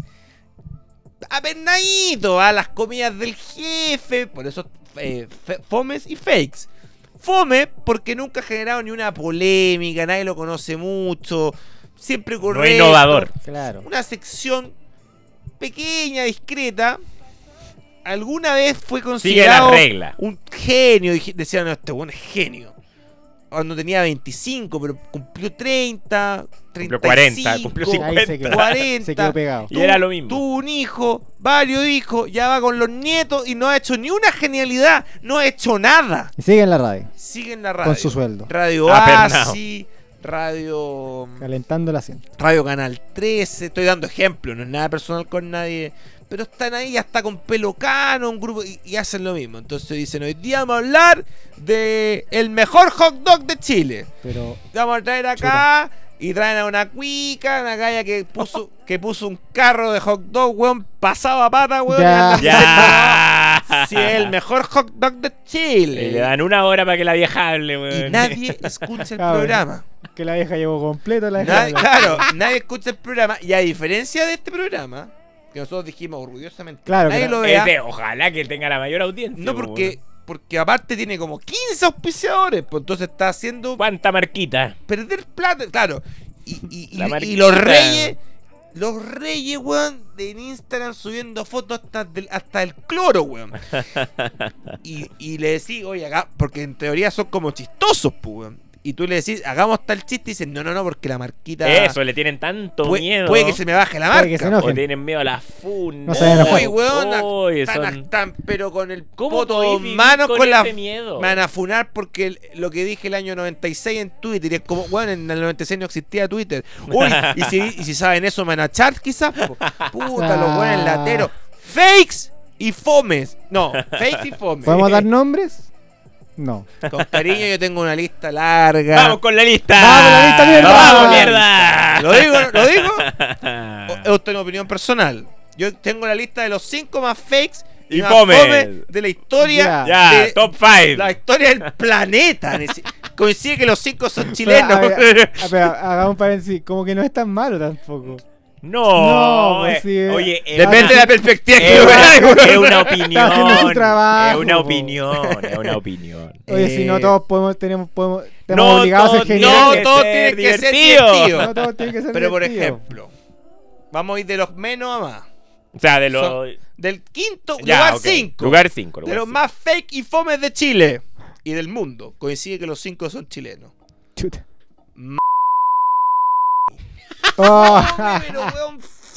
Apernadito a las comidas del jefe, por eso fomes y fakes. Fome porque nunca ha generado ni una polémica, nadie lo conoce mucho, siempre No correcto. innovador. Claro. Una sección pequeña, discreta. Alguna vez fue Sigue la considerado regla. un genio. Decían, no, este buen es genio. cuando tenía 25, pero cumplió 30, Cumplió 35, 40, cumplió Ahí 50. se quedó, 40. se quedó pegado. Y era lo mismo. Tuvo un hijo, varios hijos, ya va con los nietos y no ha hecho ni una genialidad, no ha hecho nada. Y sigue en la radio, Sigue en la radio. con su sueldo, Radio Apernao. Asi, Radio calentando el asiento. Radio Canal 13, estoy dando ejemplos, no es nada personal con nadie, pero están ahí hasta con pelo cano, un grupo, y hacen lo mismo. Entonces dicen, hoy día vamos a hablar de el mejor hot dog de Chile. Pero Vamos a traer acá y traen a una cuica, una galla que puso un carro de hot dog, weón, pasado a pata, weón. Ya. y andan Ya. diciendo, sí, es el mejor hot dog de Y Chile. le dan 1 hora para que la vieja hable, Y weón. nadie escucha el Ah, bueno. programa. que la vieja llevó completo la vieja. Nadie, claro, nadie escucha el programa. Y a diferencia de este programa, que nosotros dijimos orgullosamente, Claro, nadie pero lo vea. Ojalá que tenga la mayor audiencia. No, porque aparte tiene como 15 auspiciadores, pues entonces está haciendo ¿Cuánta marquita? perder plata, claro. Y La marquita. los reyes, weón, de Instagram subiendo fotos hasta el cloro, weón. y le decís, oye, acá, porque en teoría son como chistosos, pues, weón. Y tú le decís, hagamos tal chiste y dicen, no, porque la marquita Eso, le tienen tanto miedo. puede que se me baje la Puede que marca. se enoje. O tienen miedo a la funda. No se vayan a enojar. Uy, weón, Uy, están, pero con el ¿Cómo poto podéis en vivir manos con con la ese miedo? me van a funar porque lo que dije el año 96 en Twitter es como, bueno, en el 96 no existía Twitter. Uy, y si saben eso me van a echar quizás. Puta, los buenos lateros. Fakes y fomes. No, fakes y fomes. ¿Podemos dar nombres? No. Con cariño yo tengo una lista larga. ¡Vamos con la lista! ¡Vamos, la lista, mierda! ¡Vamos, mierda! ¿Lo digo? ¿O es una opinión personal? Yo tengo la lista de los 5 más fakes Y más fomes. fomes de la historia. Ya, de top 5. la historia del planeta. Coincide que los 5 son chilenos. Pero hagamos un paréntesis, como que no es tan malo tampoco. No, pues sí, oye, Depende de la perspectiva que es lo veas, una weón. opinión. Está haciendo su trabajo, Es una po. opinión, es una opinión. Oye, si no Eh, todos estamos no obligados a ser todos- geniales. No, que todo ser tiene que ser divertido. divertido. No todos tienen que ser Pero por divertidos. ejemplo, vamos a ir de los menos a más. O sea, de los... Son- Del quinto, Ya, lugar ok. 5. Lugar 5. De los más fake y fomes de Chile y del mundo. Coincide que los 5 son chilenos. Chuta. Mm. Oh, Fome, pero weón,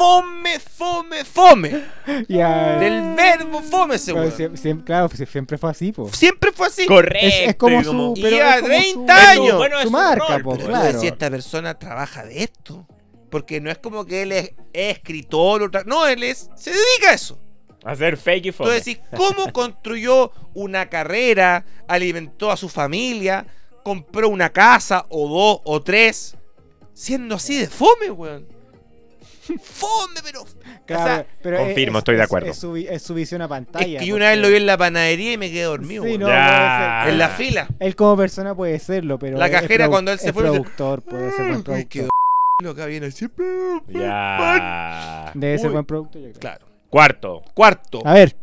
fome. ya. Del verbo fome ese Pero weón. claro, siempre fue así, po. Siempre fue así. Correcto. Es como y su. Y Pero lleva es como 30 su- años. Bueno, es su su marca, rol, po, pero Pero claro. tú decís, esta persona trabaja de esto. Porque no es como que él es escritor. No, se dedica a eso. Hacer fake y Tú fome. decís, ¿cómo construyó una carrera? Alimentó a su familia. Compró una casa o 2 o 3. Siendo así de fome, weón. Fome, pero. Claro, o sea, pero confirmo, estoy de acuerdo. Es su visión a pantalla. es que yo una vez lo vi en la panadería y me quedé dormido. Sí, weón. no, Ya. puede ser. En la fila. Él como persona puede serlo, pero. La es cajera cuando él se es fue, dice, productor, puede ser buen Ay, productor. quedó lo que viene siempre. Ya. Debe ser Uy. buen producto, yo creo. Claro. Cuarto. Cuarto. A ver,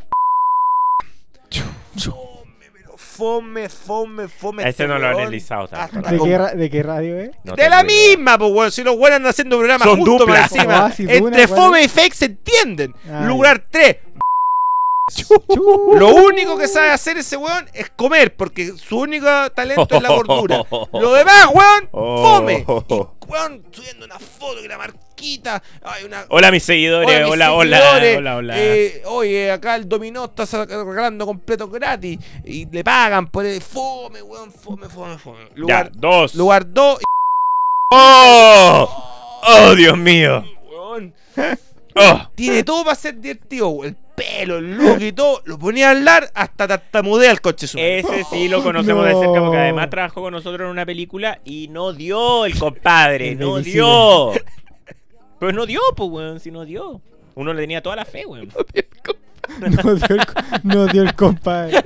Fome. A ese no lo han weón. analizado tanto. Hasta ¿de con- de qué radio es? No de tengo la idea. misma, pues, weón. Si los weones andan haciendo programas Son juntos duplas. más encima. Oasis, Entre Duna, ¿cuál fome es? y fake se entienden. Ah, Lugar 3. Chu. Lo único que sabe hacer ese weón es comer, porque su único talento es la gordura. Lo demás, weón, fome. Y, weón, subiendo una foto que la marquita. Ay, una. Hola mis seguidores, mis hola. seguidores, oye, acá el dominó está regalando completo gratis. Y le pagan por el fome, weón, fome. Ya, dos. Lugar 2. ¡Oh! ¡Oh, Dios mío! Weón, ¡Oh! tiene todo para ser divertido, weón. El pelo, el look y todo. Lo ponía a hablar hasta tartamudea el coche su madre. Ese sí lo conocemos de No. cerca porque además trabajó con nosotros en una película y no dio el compadre, Es no difícil. dio. Pues no dio, pues, weón, si no dio. Uno le tenía toda la fe, weón. No dio el compadre.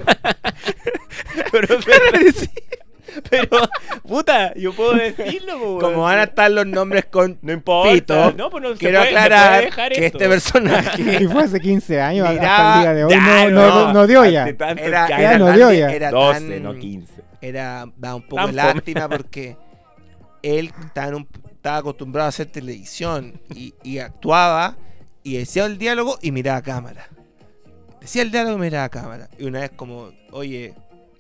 Pero, puta, yo puedo decirlo, pues, weón. Como van a estar los nombres con No importa. pito, No, pues no se quiero puede- se puede aclarar dejar que esto. este personaje Y fue hace 15 años, Miraba- hasta el día de hoy Ya, no dio ya. hace tanto era, que- ya no dio ya. era 12, tan- no 15. Era da un poco Tan de lástima porque él estaba acostumbrado a hacer televisión y actuaba y decía el diálogo y miraba a cámara. Decía el diálogo y miraba a cámara. Y una vez como, oye,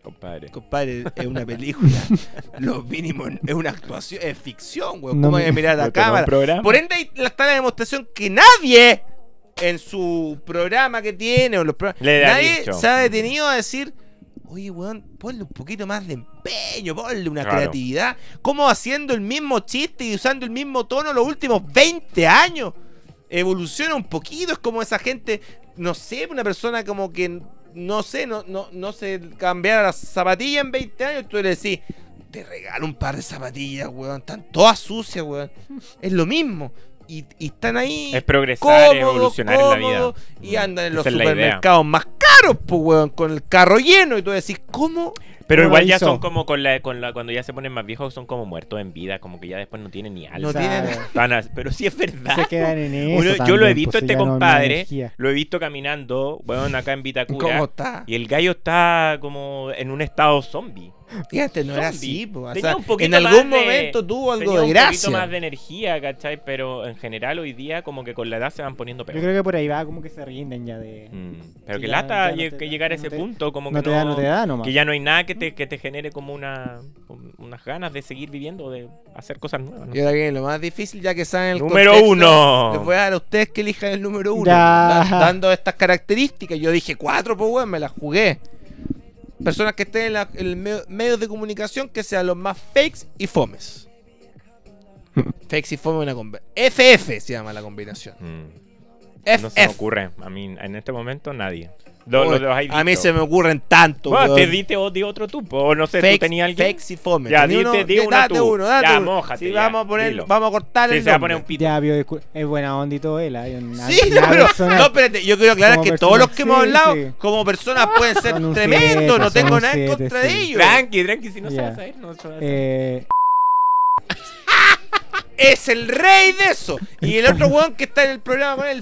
Compadre. Compadre, es una película. Lo mínimo, es una actuación, es ficción, weón. No ¿Cómo me- hay que mirar a la Pero tengo un cámara? programa. Por ende, ahí está la demostración que nadie en su programa que tiene, o los Le ha nadie dicho. se ha detenido a decir, oye, weón, ponle un poquito más de empeño, ponle una Claro. creatividad. ¿Cómo haciendo el mismo chiste y usando el mismo tono los últimos 20 años? Evoluciona un poquito, es como esa gente, no sé, una persona como que, no sé, no se cambiara las zapatillas en 20 años, tú le decís, te regalo un par de zapatillas, weón, están todas sucias, weón. Es lo mismo. Y están ahí Es progresar, cómodos, evolucionar en la vida. cómodos, y andan en los Esa es la idea. supermercados más caros, pues, weón, con el carro lleno, y tú decís, ¿cómo? Pero ¿Cómo igual lo ya hizo? son como cuando ya se ponen más viejos, son como muertos en vida, como que ya después no tienen ni alma. No Claro. tienen... Pero sí es verdad. Se quedan en eso. Yo lo he también, visto pues, este ya no hay más compadre, energía. lo he visto caminando, bueno, acá en Vitacura. ¿Cómo está? Y el gallo está como en un estado zombie. Fíjate, no era Zombie. así, po. O Tenía sea, un poquito en más algún de- momento tuvo algo Tenía de un gracia. poquito más de energía, ¿cachai? Pero en general hoy día como que con la edad se van poniendo Yo peor. creo que por ahí va, como que se rinden ya de. Pero Sí, que ya- lata ya no te- que llegar a no ese te- punto, como No que te da, no te da nomás. que ya no hay nada que te genere como unas ganas de seguir viviendo, de hacer cosas nuevas. ¿no? Y ahora viene lo más difícil, ya que saben el Número contexto, 1. les voy a dar a ustedes que elijan el número 1. Ya. Dando estas características. Yo dije 4, pues weón, me las jugué. Personas que estén en el medios de comunicación que sean los más fakes y fomes. Fakes y fomes una combinación. FF se llama la combinación. No se me FF. ocurre. A mí en este momento nadie. Oye, Los hay a mí visto. se me ocurren tanto. Bueno, te weón. diste otro tú, o no sé, tú tenías alguien. Fakes y fomes. Ya, ¿Tenía di uno date tú. uno, date Ya, uno. mójate, Sí, ya, vamos a poner, dilo. vamos a cortar Sí, el se va a nombre. poner un pito. Ya, es buena onda y todo él. ¿eh? Sí, no, pero, no, espérate, yo quiero aclarar Como que todos los personas, que hemos sí, hablado, sí. como personas, pueden ser Son un tremendos, siete, no tengo son un nada en siete, contra sí. de ellos. Tranqui, si no se Ya. va a saber, no se va a saber. Es el rey de eso. Y el otro weón que está en el programa con él.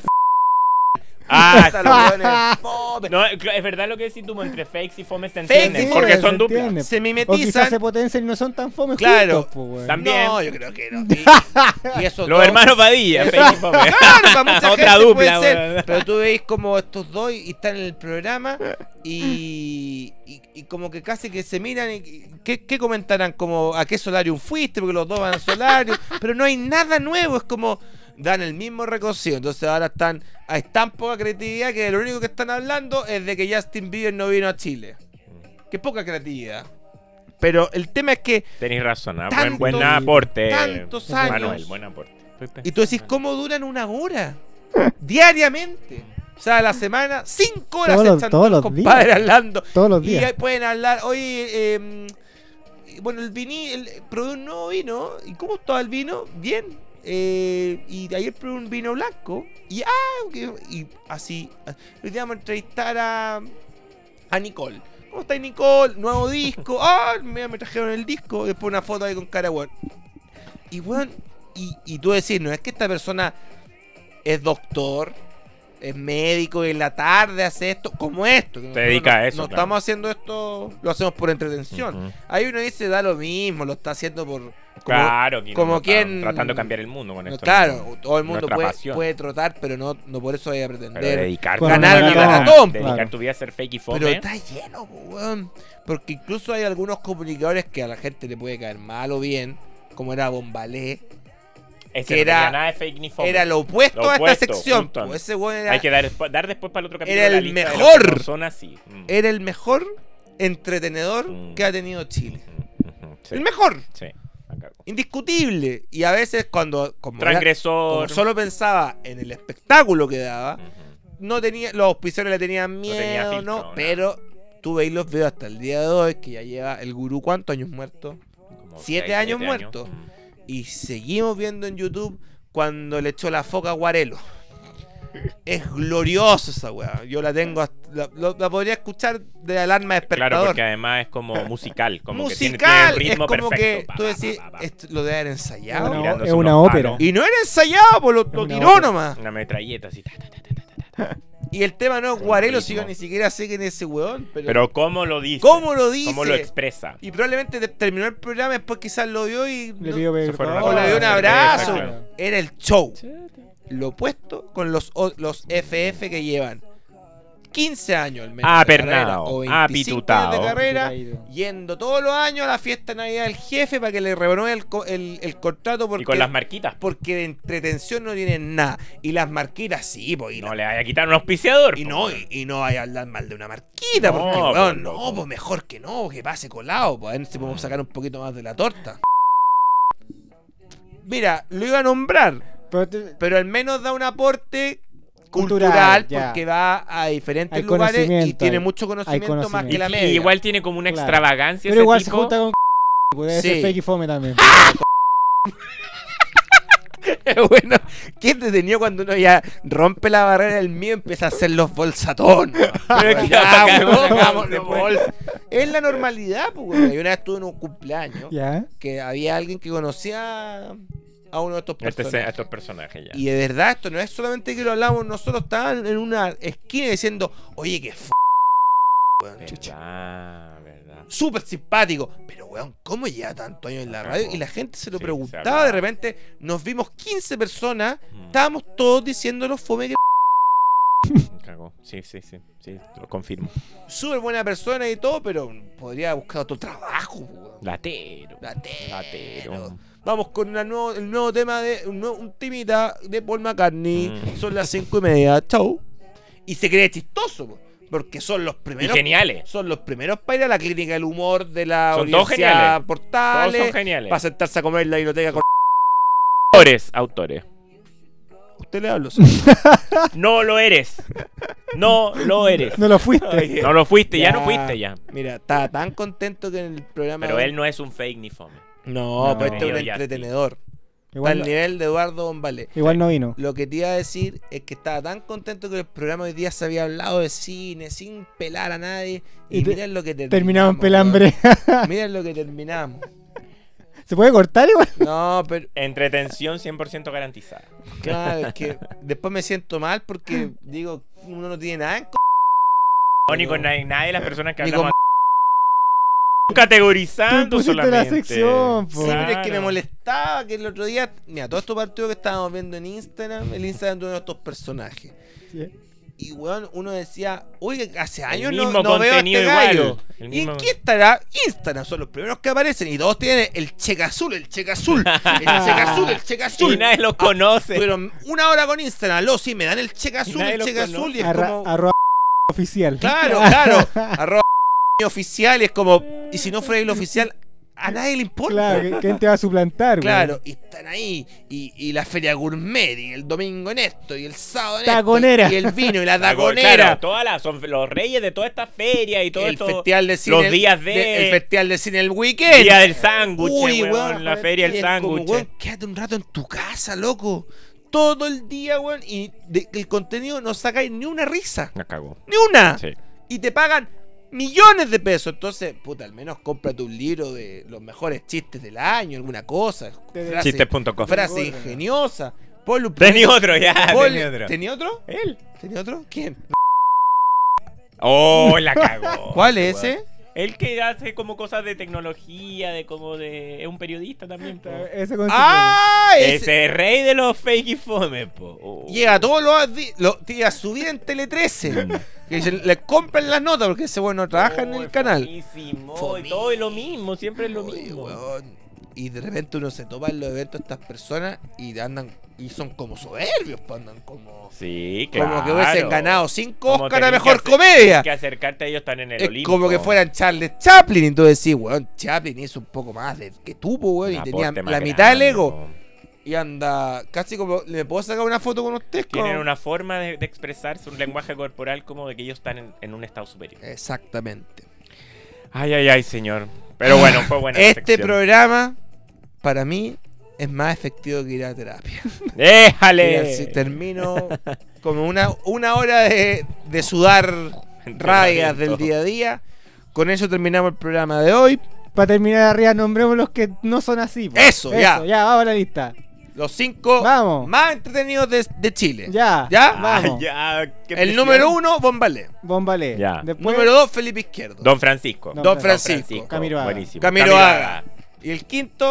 Ah, Está los weones fome. no, es verdad lo que decís tú, entre fakes y fomes se Fakes y entienden, fomes porque se son duplas. entienden. Se O quizás mimetizan. se potencian y no son tan fomes Claro. juntos, po, weón. También. No, yo creo que no. Y esos Los dos- hermanos Padilla, Eso- fake y fome. Claro, para mucha Otra gente dupla, puede ser, weón. pero tú veis como estos dos y están en el programa y como que casi que se miran y ¿qué comentarán? Como ¿a qué solarium fuiste? Porque los dos van al solarium, pero no hay nada nuevo, es como dan el mismo recorrido, entonces ahora hay tan poca creatividad que lo único que están hablando es de que Justin Bieber no vino a Chile. Qué poca creatividad. Pero el tema es que Tenéis razón, ¿ah? Tantos- buen aporte. tantos Manuel, años. buen aporte. y tú decís, ¿cómo duran una hora? Diariamente. O sea, a la semana, 5 horas Todos los- echan todos dos los compadres días. hablando. Todos los Y días. ahí pueden hablar, oye, bueno, probé un nuevo vino. ¿Y cómo estaba el vino? Bien. Y ayer probé un vino blanco. Y así. Hoy día vamos a entrevistar a Nicole. ¿Cómo está Nicole? Nuevo disco. Me trajeron el disco. Después una foto ahí con cara, weón. Y weón, y tú decís, no es que esta persona es doctor, es médico y en la tarde hace esto, como esto. que nosotros dedica no- a eso, No claro. estamos haciendo esto, lo hacemos por entretención. Ujú. Ahí uno dice, da lo mismo, lo está haciendo por... Claro, que como no está quien- tratando de cambiar el mundo con no, esto. claro, todo el mundo Nuestra puede, pasión. puede trotar, pero no por eso vaya a Pero pretender. dedicarte Con ganar una una maratón. maratón. Dedicar Claro. tu vida a ser fake y fome. Pero está lleno, po, weón. Porque incluso hay algunos comunicadores que a la gente le puede caer mal o bien, como era Bombalé. Ese que no era- tenía nada de fake ni fome. Era lo opuesto Lo a esta opuesto, sección. justo. Po. Ese weón era, Hay que dar después para el otro capítulo Era la el lista de los mejor. que no son así. era el mejor entretenedor Mm. que ha tenido Chile. Sí, El mejor. sí, acá. Indiscutible. Y a veces cuando como Transgresor. solo pensaba en el espectáculo que daba, Ujú. no tenía, los auspiciadores le tenían miedo, tenía filtro, ¿no? nada. Pero tú veis los videos hasta el día de hoy, que ya lleva el gurú, ¿cuántos años muerto? Como 7 6, años 7 muerto. Mm. Y seguimos viendo en YouTube cuando le echó la foca a Guarelo. Es glorioso esa weá. Yo la tengo, la podría escuchar de alarma despertador. Claro, porque además es como musical. Como que tiene Musical, el ritmo es como perfecto. que tú decís, esto lo debe haber ensayado. Bueno, tirándose es una unos ópera. palos. Y no era ensayado, pues lo una tiró ópera. nomás. Una metralleta así. Y el tema no es Un Guarelo, ritmo. si yo ni siquiera sé quién es ese weón. Pero ¿cómo lo dice? ¿cómo lo dice? ¿Cómo lo expresa? Y probablemente terminó el programa, después quizás lo vio y Le no- pido se fueron a o le dio un cerveza, abrazo. claro. Era el show. Lo opuesto con los FF que llevan 15 años al menos Ah, de carrera, pernao. o Ah, 25 pitutao. años de carrera, Pitutao. yendo todos los años a la fiesta de Navidad del jefe para que le renueve el contrato porque, Y con las marquitas. porque de entretención no tienen nada. Y las marquitas sí, pues. No le vaya a quitar un auspiciador. Y po, no, weón. y no vaya a hablar mal de una marquita, No, porque, pues, weón, loco. no, pues mejor que no, que pase colado, pues a ver si podemos sacar un poquito más de la torta. Mira, lo iba a nombrar, pero al menos da un aporte cultural ya. porque va a diferentes Hay lugares y conocimiento, tiene hay- mucho conocimiento, más conocimiento. que la Y media. igual tiene como una Claro. extravagancia Pero ese igual se tipo. junta con puede Sí. ser fake y fome también. Bueno, qué entretenido cuando uno ya rompe la barrera del mío y empieza a hacer los bolsatón. Pero es que Ya, sacamos, weón, hagamos se los puede. bolsos. Es la normalidad, pues, weón. Yo una vez estuve en un cumpleaños ¿Ya? que había alguien que conocía a uno de estos personajes. Estos personajes ya. Y de verdad, esto no es solamente que lo hablamos nosotros, estaban en una esquina diciendo, oye, que weón, chucha. Verdad. Súper simpático. Pero, weón, ¿cómo lleva tantos años en la radio? Y la gente se lo Sí, se preguntaba. hablaba. De repente nos vimos 15 personas. Mm. Estábamos todos diciendo los fome que Cagó. Sí, lo confirmo. súper buena persona y todo, pero podría haber buscado otro trabajo, weón. Latero. Latero. Vamos con el nuevo tema de un temita de Paul McCartney. Mm. Son las 5:30. Chau. Y se cree chistoso, po, porque son los Y primeros. geniales. Son los primeros para ir a la clínica del humor de la Son todos Universidad geniales. Todos Portales. son geniales. Para sentarse a comer en la biblioteca con. Autores. Usted le hablo. No lo eres. No lo eres. No lo fuiste. No lo fuiste, ya no fuiste ya. Mira, estaba tan contento que en el programa. Pero él no es un fake ni fome. No, No, pues este es un yo ya sí. entretenedor. Está Igual, al no, nivel de Eduardo Bombalé. igual no vino. Lo que te iba a decir es que estaba tan contento que el programa hoy día se había hablado de cine sin pelar a nadie. Y, Y miren lo que Terminamos en weón. pelambre. Miren lo que terminamos. ¿Se puede cortar igual? No, pero Entretención 100% garantizada. claro, es que después me siento mal porque digo, uno no tiene nada en No, ni con nadie de las personas que Ni hablamos. Tú Categorizando pusiste la solamente. sección, po. Sí, pero es que me Claro. molestaba que el otro día, mira, todo estos partidos que estábamos viendo en Instagram, el Instagram de uno de estos personajes. Sí. Y weón, uno decía, oye, hace El años mismo no veo a contenido este igual. gallo. El ¿Y en mismo- qué estará? Instagram son los primeros que aparecen y todos tienen el cheque azul, el cheque azul, el cheque azul, el cheque azul. Y nadie los conoce. Pero una hora con Instagram, luego sí me dan el cheque azul, nadie el los cheque azul y es Arra- como. arroba oficial. Claro, claro. Arroba oficial y es como. Y si no fuera el oficial, a nadie le importa. Claro, ¿quién te va a suplantar? Claro, güey? y están ahí, y la feria gourmet, y el domingo en esto, y el sábado en esto, Taconera. y el vino, y la Claro, taconera, son los reyes de toda esta feria y todo el esto. festival de cine, los días de- el festival de cine el weekend, Día del sándwich, Uy, weón, weón, la feria del y es como, sándwich. weón, quédate un rato en tu casa, loco, todo el día, weón, y el contenido no sacáis ni una risa, Me cagó. ni una, Sí. y te pagan millones de pesos. Entonces, puta, al menos cómprate un libro de los mejores chistes del año, alguna cosa. Frase, Chistes.com. frase ingeniosa. Ponle un Tenía otro, ya. ponle- Tenía otro. ¿Tenía otro? Él. ¿Tenía otro? ¿Quién? Oh, la cagó. ¿Cuál es ese? Él que hace como cosas de tecnología, de como de... Es un periodista también, po. Ese concepto. ¡Ah! Ese. Ese rey de los fake y fome, po. Oh. Llega todos llega a subir en Tele 13. Que le compran las notas porque ese bueno trabaja en Oh, el es canal. fomísimo, Fomísimo. y todo es lo mismo, siempre es lo Oye, mismo. weón. Y de repente uno se topa en los eventos de estas personas y andan y son como soberbios, pues andan como Sí, claro. como que hubiesen ganado 5 Como Oscar a tenés mejor que comedia. Que acercarte a ellos están en el Es Olimpo. como que fueran Charles Chaplin. Y tú decís, weón, Chaplin hizo un poco más que tú, po, weón. Un Y tenía aporte más la mitad del grande, ego. po. Y anda casi como. ¿Le puedo sacar una foto con usted? Tienen una forma de expresarse, un lenguaje corporal como de que ellos están en un estado superior. Exactamente. Ay, ay, ay, señor. Pero bueno, fue buena la Este sección. programa, para mí, es más efectivo que ir a terapia. Mira, ¡Déjale! si termino como una hora de sudar rabias del día a día. Con eso terminamos el programa de hoy. Para terminar arriba, nombremos los que no son así. po. Eso, ya. Ya, vamos a la lista. Los 5 Vamos. más entretenidos de Chile. Ya. ¿Ya? Vamos. Ya, qué El presión. número 1, Bombalé. Bombalé. Ya. Después, Número 2, Felipe Izquierdo. Don Francisco. Don Don Francisco. Camilo Haga. Buenísimo. Camilo Haga. Y el quinto,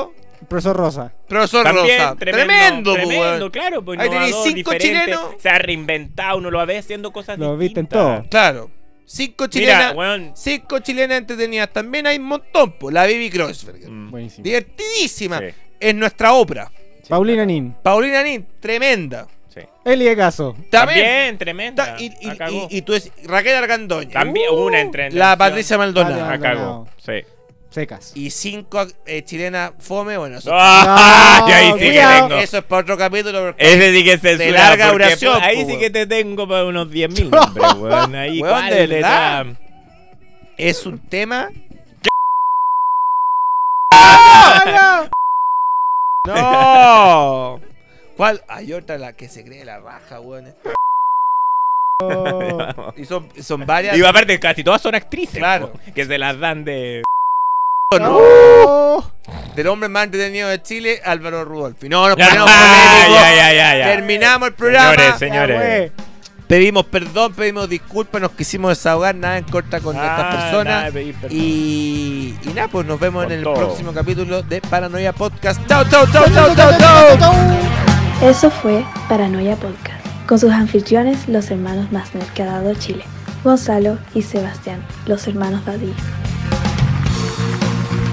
Profesor Rosa. Profesor También, Rosa. Tremendo, pues, tremendo, weón. claro. Pues, Ahí tenéis innovador, 5 diferente, chilenos. Se ha reinventado, uno lo ve haciendo cosas Lo viste en distintas. todo. Claro. 5 Mira, chilenas. weón. 5 chilenas entretenidas. También hay un montón, pues. La Bibi Kreuzberger. Buenísimo. Divertidísima. Sí. Es nuestra ópera. Paulina Nin. Paulina Nin, tremenda. Sí. Elie Caso. También, tremenda. Y Acabó. tú es Raquel Argandoña. También una entre La Patricia Maldonado. Patricia Acabó. Sí. Secas. Y 5 chilenas fome. Bueno, eso, ¡Ah! Y ahí sí que cuidado. tengo. eso es para otro capítulo. Porque Ese sí que se de larga duración, Ahí pues, sí weón. que te tengo para unos 10.000 nombres, weón. Ahí, Weón, ¿cuál ¿de le verdad? da? es un tema. ¡No! ¿Cuál? Hay otra la que se cree la raja, weón. Y son varias. Y aparte, casi todas son actrices. Claro. po, que se las dan de. ¡No! Del hombre más entretenido de Chile, Álvaro Rudolfi. No, nos Ya, ponemos polémicos. ya. Terminamos el programa. Señores. Pedimos perdón, pedimos disculpas, nos quisimos desahogar, nada en contra con estas personas. nada de pedir perdón. Y nada, pues nos vemos Con en el todo. próximo capítulo de Paranoia Podcast. ¡Chao, chao, chao, chao, chao, chao! Eso fue Paranoia Podcast, con sus anfitriones, los hermanos más nerd que ha dado Chile, Gonzalo y Sebastián, los hermanos Badilla.